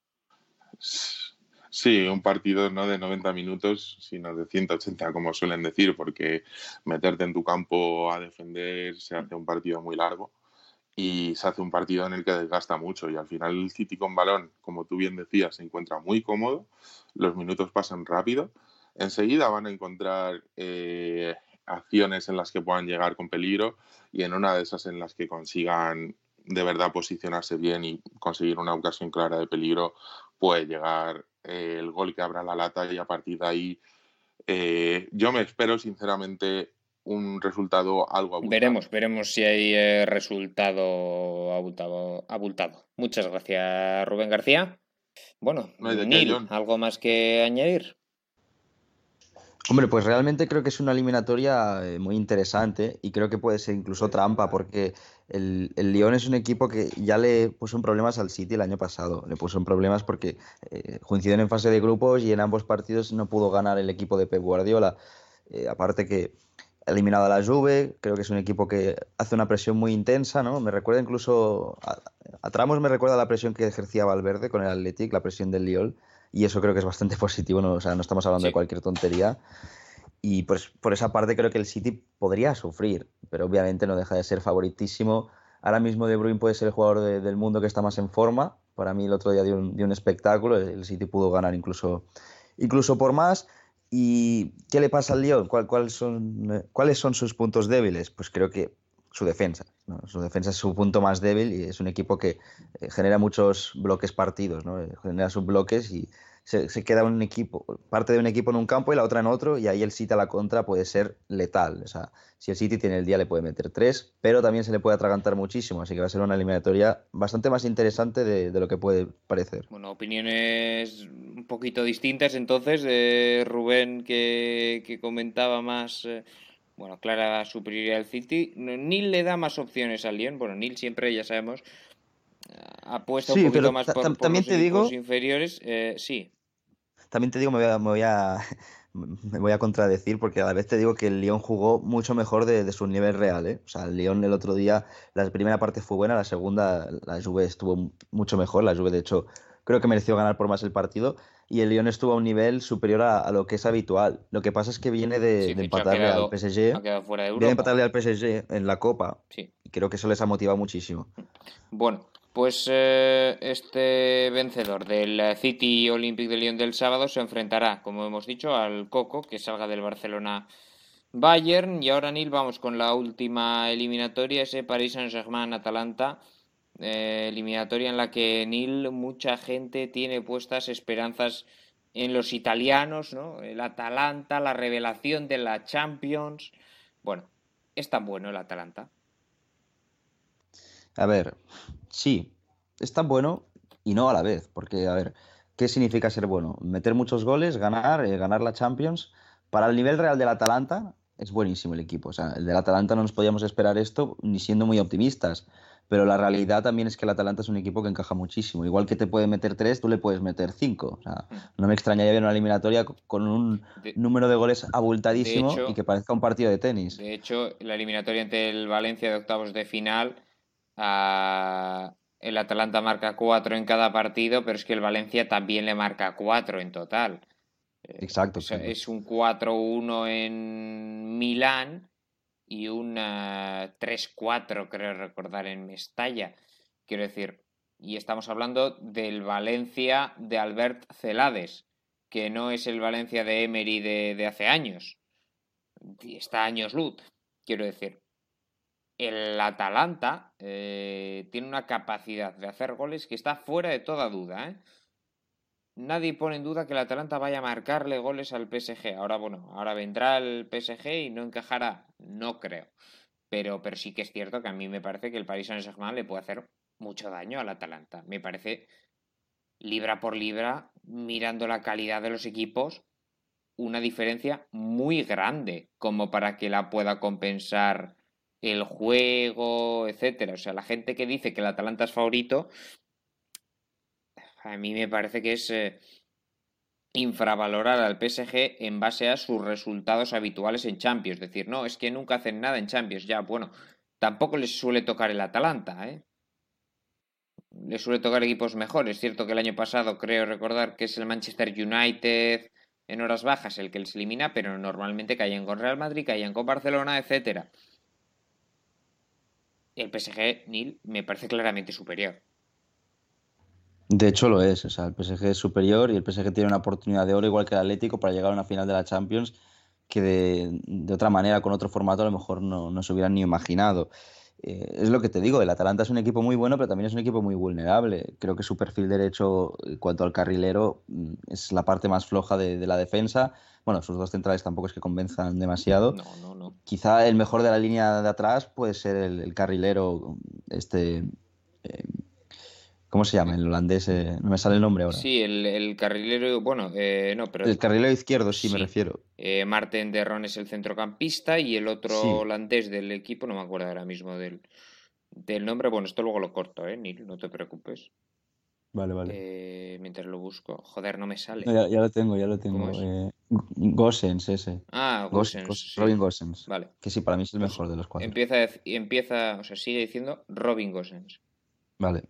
Sí, un partido no de noventa minutos, sino de ciento ochenta, como suelen decir, porque meterte en tu campo a defender se hace un partido muy largo y se hace un partido en el que desgasta mucho y al final el City con balón, como tú bien decías, se encuentra muy cómodo, los minutos pasan rápido, enseguida van a encontrar eh, acciones en las que puedan llegar con peligro y en una de esas en las que consigan de verdad posicionarse bien y conseguir una ocasión clara de peligro, puede llegar eh, el gol que abra la lata y a partir de ahí eh, yo me espero sinceramente un resultado algo abultado. Veremos, veremos si hay eh, resultado abultado, abultado. Muchas gracias, Rubén García. Bueno, no Neil, ¿algo más que añadir? Hombre, pues realmente creo que es una eliminatoria muy interesante y creo que puede ser incluso trampa porque el, el Lyon es un equipo que ya le puso en problemas al City el año pasado. Le puso en problemas porque eh, coinciden en fase de grupos y en ambos partidos no pudo ganar el equipo de Pep Guardiola. Eh, aparte que ha eliminado a la Juve, creo que es un equipo que hace una presión muy intensa, ¿no? Me recuerda incluso, a, a tramos me recuerda la presión que ejercía Valverde con el Athletic, la presión del Lyon. Y eso creo que es bastante positivo, ¿no? O sea, no estamos hablando sí. de cualquier tontería. Y pues por esa parte creo que el City podría sufrir, pero obviamente no deja de ser favoritísimo. Ahora mismo De Bruyne puede ser el jugador de, del mundo que está más en forma. Para mí el otro día dio un, dio un espectáculo, el City pudo ganar incluso, incluso por más. ¿Y qué le pasa al Lyon? ¿Cuál, cuál son, ¿Cuáles son sus puntos débiles? Pues creo que su defensa, ¿no? Su defensa es su punto más débil y es un equipo que eh, genera muchos bloques partidos, ¿no? Genera sus bloques y se, se queda un equipo, parte de un equipo en un campo y la otra en otro, y ahí el City a la contra puede ser letal. O sea, si el City tiene el día le puede meter tres, pero también se le puede atragantar muchísimo, así que va a ser una eliminatoria bastante más interesante de, de lo que puede parecer. Bueno, opiniones un poquito distintas entonces, de Rubén que, que comentaba más... Eh... bueno, clara superioridad del City. Nil le da más opciones al Lyon. Bueno, Nil siempre, ya sabemos, apuesta un Sí, poquito pero más ta- por, tam- por también los te equipos digo, inferiores. Eh, sí, también te digo, me voy a, me voy a, me voy a contradecir porque a la vez te digo que el Lyon jugó mucho mejor de, de su nivel real, ¿eh? O sea, el Lyon el otro día, la primera parte fue buena, la segunda, la Juve estuvo mucho mejor, la Juve de hecho creo que mereció ganar por más el partido y el Lyon estuvo a un nivel superior a, a lo que es habitual. Lo que pasa es que viene de, sí, de de hecho ha empatarle al quedado, ha P S G, quedado fuera de viene de Europa. empatarle al P S G en la Copa Sí. y creo que eso les ha motivado muchísimo. Bueno, pues eh, este vencedor del City Olympique de Lyon del sábado se enfrentará, como hemos dicho, al Coco, que salga del Barcelona Bayern. Y ahora, Nil, vamos con la última eliminatoria, ese Paris Saint-Germain-Atalanta. Eh, eliminatoria en la que, Nil, mucha gente tiene puestas esperanzas en los italianos, ¿no? El Atalanta, la revelación de la Champions. Bueno, es tan bueno el Atalanta. A ver, sí, es tan bueno y no a la vez, porque, a ver, ¿qué significa ser bueno? Meter muchos goles, ganar, eh, ganar la Champions. Para el nivel real del Atalanta es buenísimo el equipo. O sea, el del Atalanta no nos podíamos esperar esto ni siendo muy optimistas. Pero la realidad también es que el Atalanta es un equipo que encaja muchísimo. Igual que te puede meter tres, tú le puedes meter cinco. O sea, no me extrañaría ver una eliminatoria con un De, número de goles de abultadísimo y hecho, que parezca un partido de tenis. De hecho, la eliminatoria ante el Valencia de octavos de final, uh, el Atalanta marca cuatro en cada partido, pero es que el Valencia también le marca cuatro en total. Exacto, Es, exacto. es un cuatro uno en Milán y un uh, tres cuatro, creo recordar, en Mestalla. Quiero decir, y estamos hablando del Valencia de Albert Celades, que no es el Valencia de Emery de, de hace años. Está años luz, quiero decir. El Atalanta eh, tiene una capacidad de hacer goles que está fuera de toda duda, ¿eh? Nadie pone en duda que el Atalanta vaya a marcarle goles al P S G. Ahora, bueno, ahora vendrá el P S G y no encajará. No creo. Pero, pero sí que es cierto que a mí me parece que el Paris Saint-Germain le puede hacer mucho daño al Atalanta. Me parece, libra por libra, mirando la calidad de los equipos, una diferencia muy grande como para que la pueda compensar el juego, etcétera. O sea, la gente que dice que el Atalanta es favorito, a mí me parece que es eh, infravalorar al P S G en base a sus resultados habituales en Champions. Es decir, no, es que nunca hacen nada en Champions. Ya, bueno, tampoco les suele tocar el Atalanta, ¿eh? Les suele tocar equipos mejores. Es cierto que el año pasado creo recordar que es el Manchester United en horas bajas el que les elimina, pero normalmente caían con Real Madrid, caían con Barcelona, etcétera. El P S G, Nil, me parece claramente superior. De hecho lo es, o sea, el P S G es superior y el P S G tiene una oportunidad de oro igual que el Atlético para llegar a una final de la Champions que de, de otra manera, con otro formato, a lo mejor no, no se hubieran ni imaginado. Eh, es lo que te digo, el Atalanta es un equipo muy bueno, pero también es un equipo muy vulnerable. Creo que su perfil derecho, en cuanto al carrilero, mm, es la parte más floja de, de la defensa. Bueno, sus dos centrales tampoco es que convenzan demasiado. No, no, no. Quizá el mejor de la línea de atrás puede ser el, el carrilero, este... eh, ¿cómo se llama? El holandés, eh, no me sale el nombre ahora. Sí, el, el carrilero, bueno, eh, no, pero El carrilero izquierdo, sí, me sí. refiero. Eh, Marten de Ron es el centrocampista y el otro Sí, holandés del equipo, no me acuerdo ahora mismo del, del nombre. Bueno, esto luego lo corto, ¿eh, Nil? No te preocupes. vale, vale. Eh, mientras lo busco. Joder, no me No, sale. ya, ya lo tengo, ya lo ¿Cómo tengo. es? Eh, Gosens, ese. Ah, Gos- Gosens, Gos- sí. Robin Gosens. Vale. Que sí, para mí es el Pues mejor de los cuatro. empieza, a dec- empieza, o sea, sigue diciendo Robin Gosens. Vale.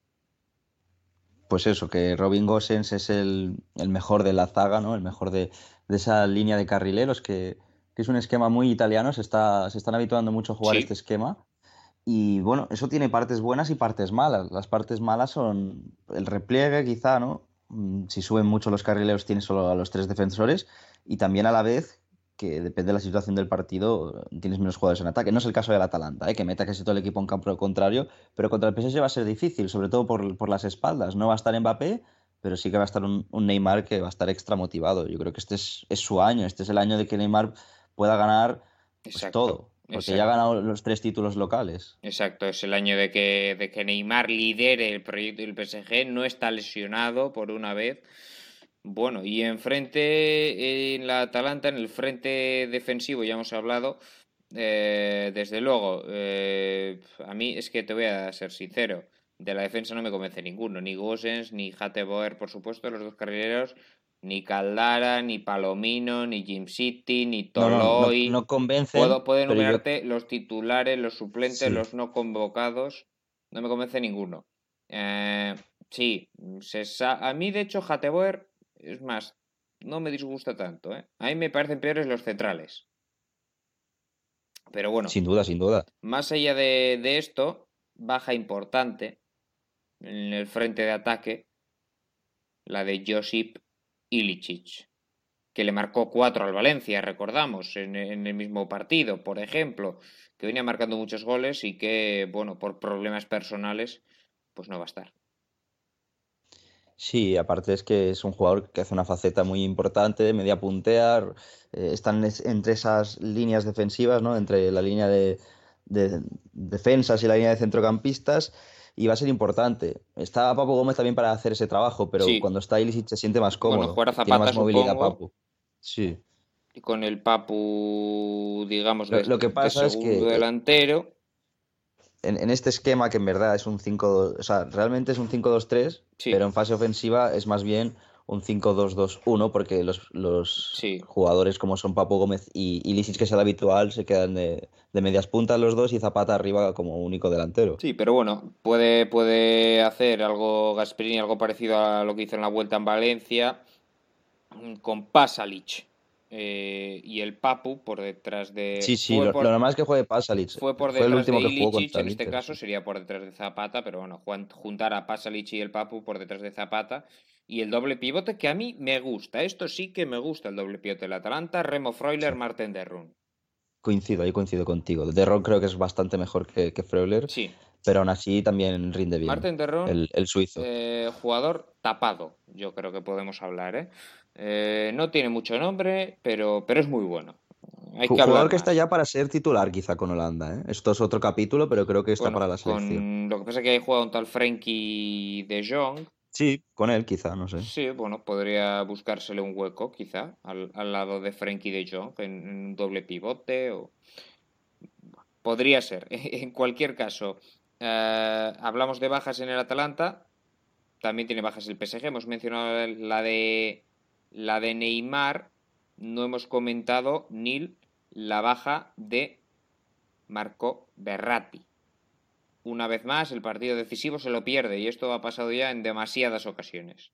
Pues eso, que Robin Gosens es el, el mejor de la zaga, ¿no? El mejor de, de esa línea de carrileros, que, que es un esquema muy italiano. Se está, se están habituando mucho a jugar este Sí, esquema. Y bueno, eso tiene partes buenas y partes malas. Las partes malas son el repliegue, quizá, ¿no? Mm, Si suben mucho los carrileros, tienes solo a los tres defensores. Y también a la vez, que depende de la situación del partido, tienes menos jugadores en ataque. No es el caso del Atalanta, ¿eh? Que meta casi todo el equipo en campo contrario. Pero contra el P S G va a ser difícil, sobre todo por, por las espaldas. No va a estar Mbappé, pero sí que va a estar un, un Neymar que va a estar extra motivado. Yo creo que este es, es su año. Este es el año de que Neymar pueda ganar pues exacto. todo. Porque ya ha Exacto. ganado los tres títulos locales. Exacto, es el año de que, de que Neymar lidere el proyecto del P S G, no está lesionado por una vez. Bueno, y enfrente, en la Atalanta, en el frente defensivo, ya hemos hablado, eh, desde luego, eh, a mí es que te voy a ser sincero, de la defensa no me convence ninguno, ni Gosens, ni Hateboer, por supuesto, los dos carrileros, ni Caldara, ni Palomino, ni Jim City, ni No, no, no, Toloi. no convencen, Puedo, puedo pero yo enumerarte los titulares, los suplentes, sí. los no convocados, no me convence ninguno. Eh, sí, se sa- a mí de hecho Hateboer, es más, no me disgusta tanto, ¿eh? A mí me parecen peores los centrales. Pero bueno, Sin duda, sin duda. más allá de, de esto, baja importante en el frente de ataque, la de Josip Ilicic, que le marcó cuatro al Valencia, recordamos, en, en el mismo partido, por ejemplo, que venía marcando muchos goles y que, bueno, por problemas personales, pues no va a estar. Sí, aparte es que es un jugador que hace una faceta muy importante, media puntear, eh, están es- entre esas líneas defensivas, ¿no? Entre la línea de, de defensas y la línea de centrocampistas, y va a ser importante. Está Papu Gómez también para hacer ese trabajo, pero Sí, cuando está Ilicic se siente más bueno, cómodo, jugar a tiene Zapata, más movilidad supongo, Papu. Sí. y con el Papu, digamos, Lo, de, lo que de pasa es segundo que eh, delantero. en, en este esquema, que en verdad es un cinco, o sea, realmente es un cinco dos tres, pero Sí, en fase ofensiva es más bien un cinco dos dos uno, porque los, los sí. jugadores como son Papu Gómez y, y Lisic, que es el habitual, se quedan de, de medias puntas los dos y Zapata arriba como único delantero. Sí, pero bueno, puede, puede hacer algo Gasperini, algo parecido a lo que hizo en la Vuelta en Valencia, mm, con Pasalic, eh, y el Papu por detrás de... Sí, sí, Fue lo, lo por, normal es que juegue Pasalic. fue por Fue el detrás de último que jugó Ilicic, contra en el este Inter, caso sí. sería por detrás de Zapata, pero bueno, juan- juntar a Pasalic y el Papu por detrás de Zapata. Y el doble pivote que a mí me gusta, esto sí que me gusta el doble pivote del Atalanta, Remo Freuler, Sí. Marten de Roon. Coincido, ahí coincido contigo. De Ron creo que es bastante mejor que, que Freuler, Sí, pero aún así también rinde bien Marten de Roon, el, el suizo. eh, jugador tapado, yo creo que podemos hablar, ¿eh? Eh, no tiene mucho nombre, pero, pero es muy bueno. Hay Ju- que Jugador hablar que está más. ya para ser titular quizá con Holanda, ¿eh? Esto es otro capítulo, pero creo que está Bueno, para la selección. con lo que pasa es que ahí juega un tal Frenkie de Jong. Sí, con él quizá, no sé. Sí, bueno, podría buscársele un hueco, quizá, al, al lado de Frenkie de Jong, en, en un doble pivote, o podría ser. En cualquier caso, eh, hablamos de bajas en el Atalanta, también tiene bajas el P S G, hemos mencionado la de la de Neymar, no hemos comentado, Nil, la baja de Marco Verratti. Una vez más, el partido decisivo se lo pierde y esto ha pasado ya en demasiadas ocasiones.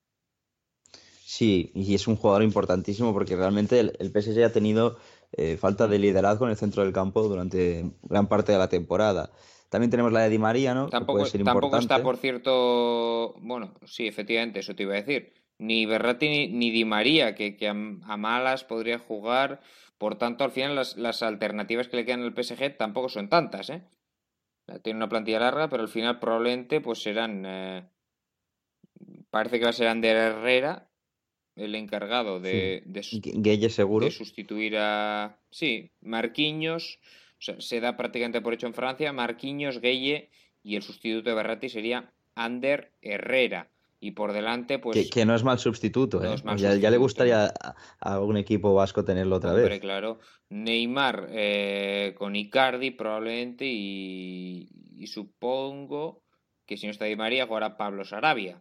Sí, y es un jugador importantísimo porque realmente el, el P S G ha tenido eh, falta de liderazgo en el centro del campo durante gran parte de la temporada. También tenemos la de Di María, ¿no? Que puede Tampoco, ser tampoco está, importante. por cierto, bueno, sí, efectivamente, eso te iba a decir. Ni Berratti ni, ni Di María, que, que a, a malas podría jugar. Por tanto, al final las, las alternativas que le quedan al P S G tampoco son tantas, ¿eh? Tiene una plantilla larga, pero al final probablemente pues serán... eh, parece que va a ser Ander Herrera el encargado Sí. de, de, Gu- Gueye de seguro. sustituir a... Sí, Marquinhos, o sea, se da prácticamente por hecho en Francia, Marquinhos, Gueye y el sustituto de Berratti sería Ander Herrera. Y por delante, Que, pues que no es mal sustituto, no ¿eh? es O mal ya, ya le sustituto, gustaría ¿no? a, a algún equipo vasco tenerlo otra Hombre, vez. claro. Neymar eh, con Icardi probablemente y, y supongo que si no está Di María jugará Pablo Sarabia.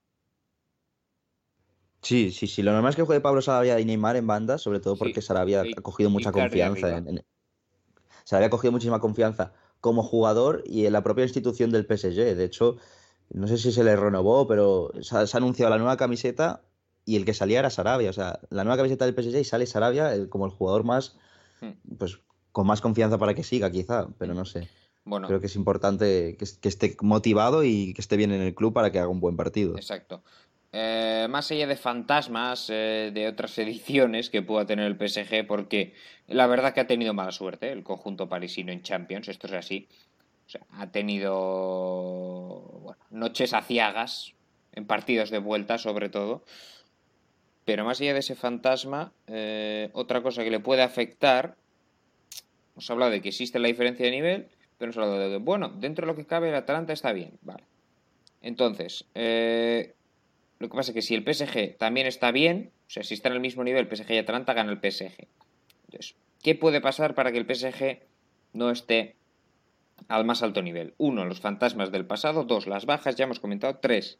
Sí, sí, sí. Lo normal es que juegue Pablo Sarabia y Neymar en banda, sobre todo porque Sí, Sarabia I- ha cogido mucha Icardi confianza arriba. en, en- Sarabia ha cogido muchísima confianza como jugador y en la propia institución del P S G. De hecho, no sé si se le renovó, pero se ha, se ha anunciado la nueva camiseta y el que salía era Sarabia. O sea, la nueva camiseta del P S G y sale Sarabia el- como el jugador más, Hmm, pues, con más confianza para que siga, quizá, pero hmm. no sé. Bueno, Creo que es importante que, es- que esté motivado y que esté bien en el club para que haga un buen partido. exacto. Eh, más allá de fantasmas eh, de otras ediciones que pueda tener el P S G, porque la verdad que ha tenido mala suerte el conjunto parisino en Champions, esto es así. O sea, ha tenido bueno, noches aciagas en partidos de vuelta, sobre todo. Pero más allá de ese fantasma, eh, otra cosa que le puede afectar, hemos hablado de que existe la diferencia de nivel, pero hemos hablado de que, bueno, dentro de lo que cabe, el Atalanta está bien, vale. Entonces, eh, Lo que pasa es que si el P S G también está bien, o sea, si está en el mismo nivel P S G y Atalanta, gana el P S G. Entonces, ¿qué puede pasar para que el P S G no esté al más alto nivel? Uno, los fantasmas del pasado. Dos, las bajas, ya hemos comentado. Tres,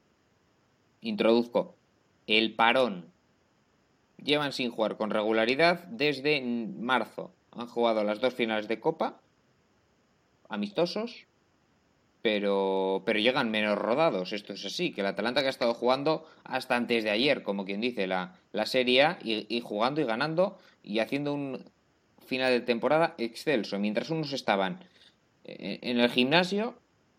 introduzco el parón. Llevan sin jugar con regularidad desde marzo. Han jugado las dos finales de Copa, amistosos, pero, pero llegan menos rodados. Esto es así, que el Atalanta, que ha estado jugando hasta antes de ayer, como quien dice, la, la Serie A, y, y jugando y ganando y haciendo un final de temporada excelso, mientras unos estaban en el gimnasio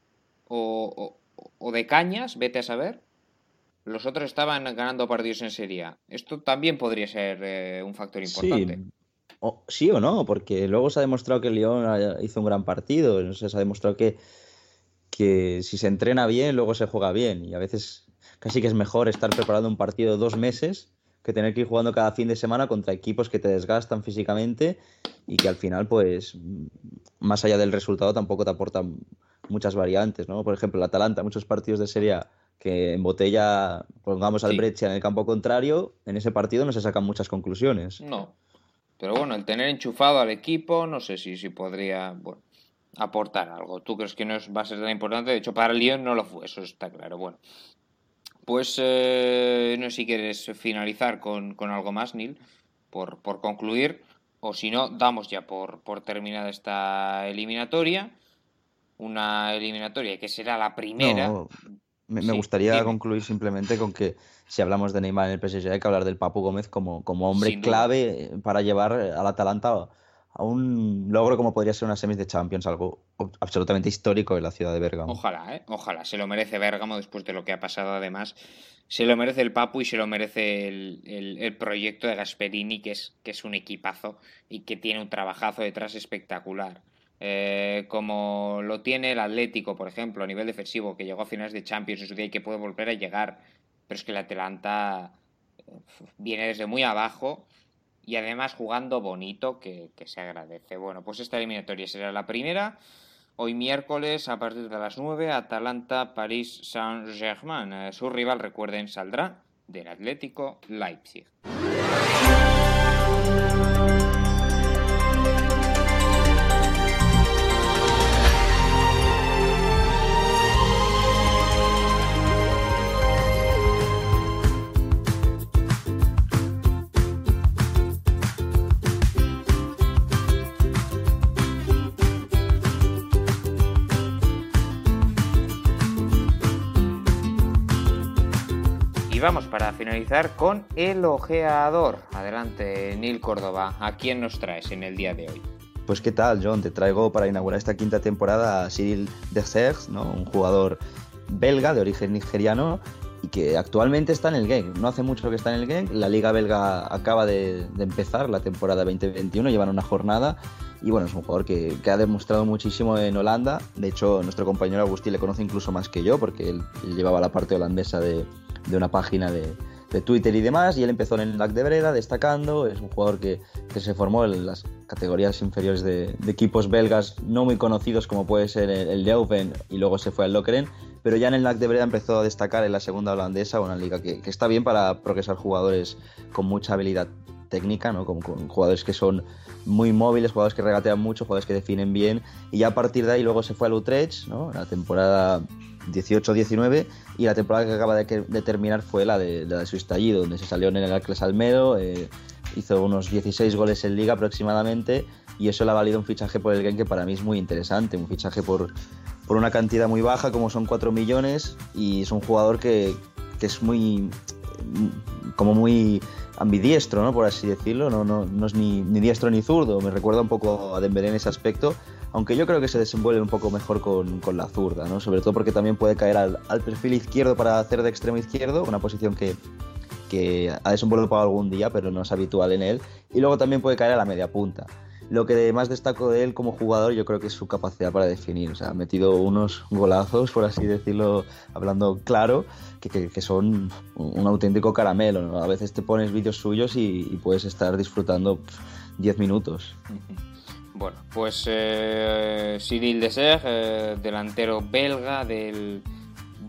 o, o, o de cañas, vete a saber, los otros estaban ganando partidos en Serie A. Esto también podría ser eh, un factor importante. Sí. O, sí o no, porque luego se ha demostrado que el Lyon hizo un gran partido. O sea, se ha demostrado que, que si se entrena bien, luego se juega bien. Y a veces casi que es mejor estar preparando un partido dos meses que tener que ir jugando cada fin de semana contra equipos que te desgastan físicamente y que al final, pues, más allá del resultado, tampoco te aportan muchas variantes, ¿no? Por ejemplo, el Atalanta, muchos partidos de Serie A que embotella, pongamos al Sí. Brescia en el campo contrario, en ese partido no se sacan muchas conclusiones. No. Pero bueno, el tener enchufado al equipo, no sé si, si podría, bueno, aportar algo. ¿Tú crees que no es, va a ser tan importante? De hecho, para el Lyon no lo fue, eso está claro. Bueno, pues eh, no sé si quieres finalizar con, con algo más, Neil, por, por concluir, o si no, damos ya por, por terminada esta eliminatoria. Una eliminatoria que será la primera. No, me, Sí, me gustaría dime. concluir simplemente con que si hablamos de Neymar en el P S G hay que hablar del Papu Gómez como, como hombre Sin duda. clave para llevar al Atalanta a un logro como podría ser una semis de Champions, algo ob- absolutamente histórico en la ciudad de Bérgamo. Ojalá, ¿eh? Ojalá. Se lo merece Bérgamo después de lo que ha pasado, además. Se lo merece el Papu y se lo merece el, el- el proyecto de Gasperini, que es, que es un equipazo y que tiene un trabajazo detrás espectacular. Eh, como lo tiene el Atlético, por ejemplo, a nivel defensivo, que llegó a finales de Champions en su día y que puede volver a llegar. Pero es que el Atalanta eh, viene desde muy abajo y además jugando bonito, que, que se agradece. Bueno, pues esta eliminatoria será la primera. Hoy miércoles, a partir de las nueve, Atalanta, París, Saint-Germain. Eh, su rival, recuerden, saldrá del Atlético Leipzig. Y vamos para finalizar con el ojeador. Adelante, Neil Córdoba. ¿A quién nos traes en el día de hoy? Pues qué tal, John, te traigo para inaugurar esta quinta temporada a Cyril Dessers, ¿no? Un jugador belga de origen nigeriano y que actualmente está en el Genk. No hace mucho que está en el Genk, la liga belga acaba de, de empezar la temporada veinte veintiuno, llevan una jornada y bueno, es un jugador que, que ha demostrado muchísimo en Holanda. De hecho, nuestro compañero Agustí le conoce incluso más que yo porque él, él llevaba la parte holandesa de, de una página de, de Twitter y demás, y él empezó en el L A C de Breda destacando. Es un jugador que, que se formó en las categorías inferiores de, de equipos belgas no muy conocidos como puede ser el, el Leuven, y luego se fue al Lokeren, pero ya en el L A C de Breda empezó a destacar en la segunda holandesa, una liga que, que está bien para progresar jugadores con mucha habilidad técnica, ¿no? Con, con jugadores que son muy móviles, jugadores que regatean mucho, jugadores que definen bien, y ya a partir de ahí luego se fue al Utrecht, ¿no? La temporada dieciocho diecinueve, y la temporada que acaba de, de terminar fue la de, la de su estallido, donde se salió en el Heracles Almelo, eh, hizo unos dieciséis goles en liga aproximadamente, y eso le ha valido un fichaje por el Genk que para mí es muy interesante, un fichaje por, por una cantidad muy baja como son cuatro millones, y es un jugador que, que es muy como muy ambidiestro, ¿no? Por así decirlo, no, no, no es ni, ni diestro ni zurdo, me recuerda un poco a Dembélé en ese aspecto, aunque yo creo que se desenvuelve un poco mejor con, con la zurda, ¿no? Sobre todo porque también puede caer al, al perfil izquierdo para hacer de extremo izquierdo, una posición que, que ha desenvuelto algún día, pero no es habitual en él, y luego también puede caer a la media punta. Lo que más destaco de él como jugador yo creo que es su capacidad para definir, o sea, ha metido unos golazos, por así decirlo, hablando claro, que, que, que son un auténtico caramelo, ¿no? A veces te pones vídeos suyos y, y puedes estar disfrutando diez minutos. Bueno, pues eh, Cyril Dessers, eh, delantero belga del,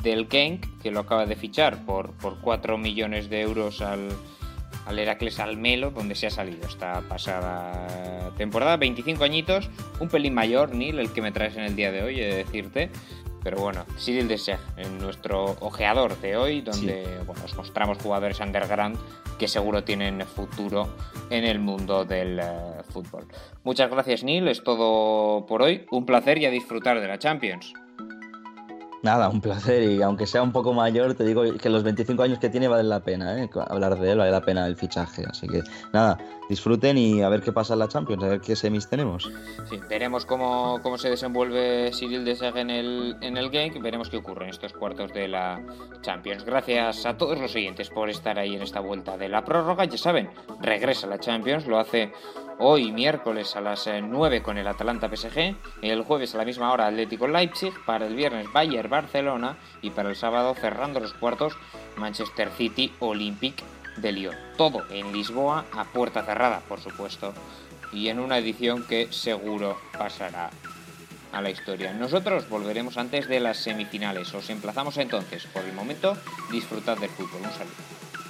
del Genk, que lo acaba de fichar por, por cuatro millones de euros al, al Heracles Almelo, donde se ha salido esta pasada temporada. veinticinco añitos, un pelín mayor, Neil, el que me traes en el día de hoy, he de decirte. Pero bueno, Cyril Dessers, en nuestro ojeador de hoy, donde sí. bueno, os mostramos jugadores underground que seguro tienen futuro en el mundo del uh, fútbol. Muchas gracias, Neil, es todo por hoy. Un placer y a disfrutar de la Champions. Nada, un placer, y aunque sea un poco mayor, te digo que los veinticinco años que tiene vale la pena, ¿eh? Hablar de él, vale la pena el fichaje, así que nada, disfruten y a ver qué pasa en la Champions, a ver qué semis tenemos. Sí, veremos cómo, cómo se desenvuelve Cyril Dessers en el, en el Genk, veremos qué ocurre en estos cuartos de la Champions. Gracias a todos los oyentes por estar ahí en esta vuelta de la prórroga. Ya saben, regresa la Champions, lo hace hoy miércoles a las nueve con el Atalanta P S G, el jueves a la misma hora Atlético Leipzig, para el viernes Bayern Barcelona y para el sábado cerrando los cuartos Manchester City Olympique de Lyon. Todo en Lisboa a puerta cerrada, por supuesto, y en una edición que seguro pasará a la historia. Nosotros volveremos antes de las semifinales. Os emplazamos entonces. Por el momento, disfrutad del fútbol. Un saludo.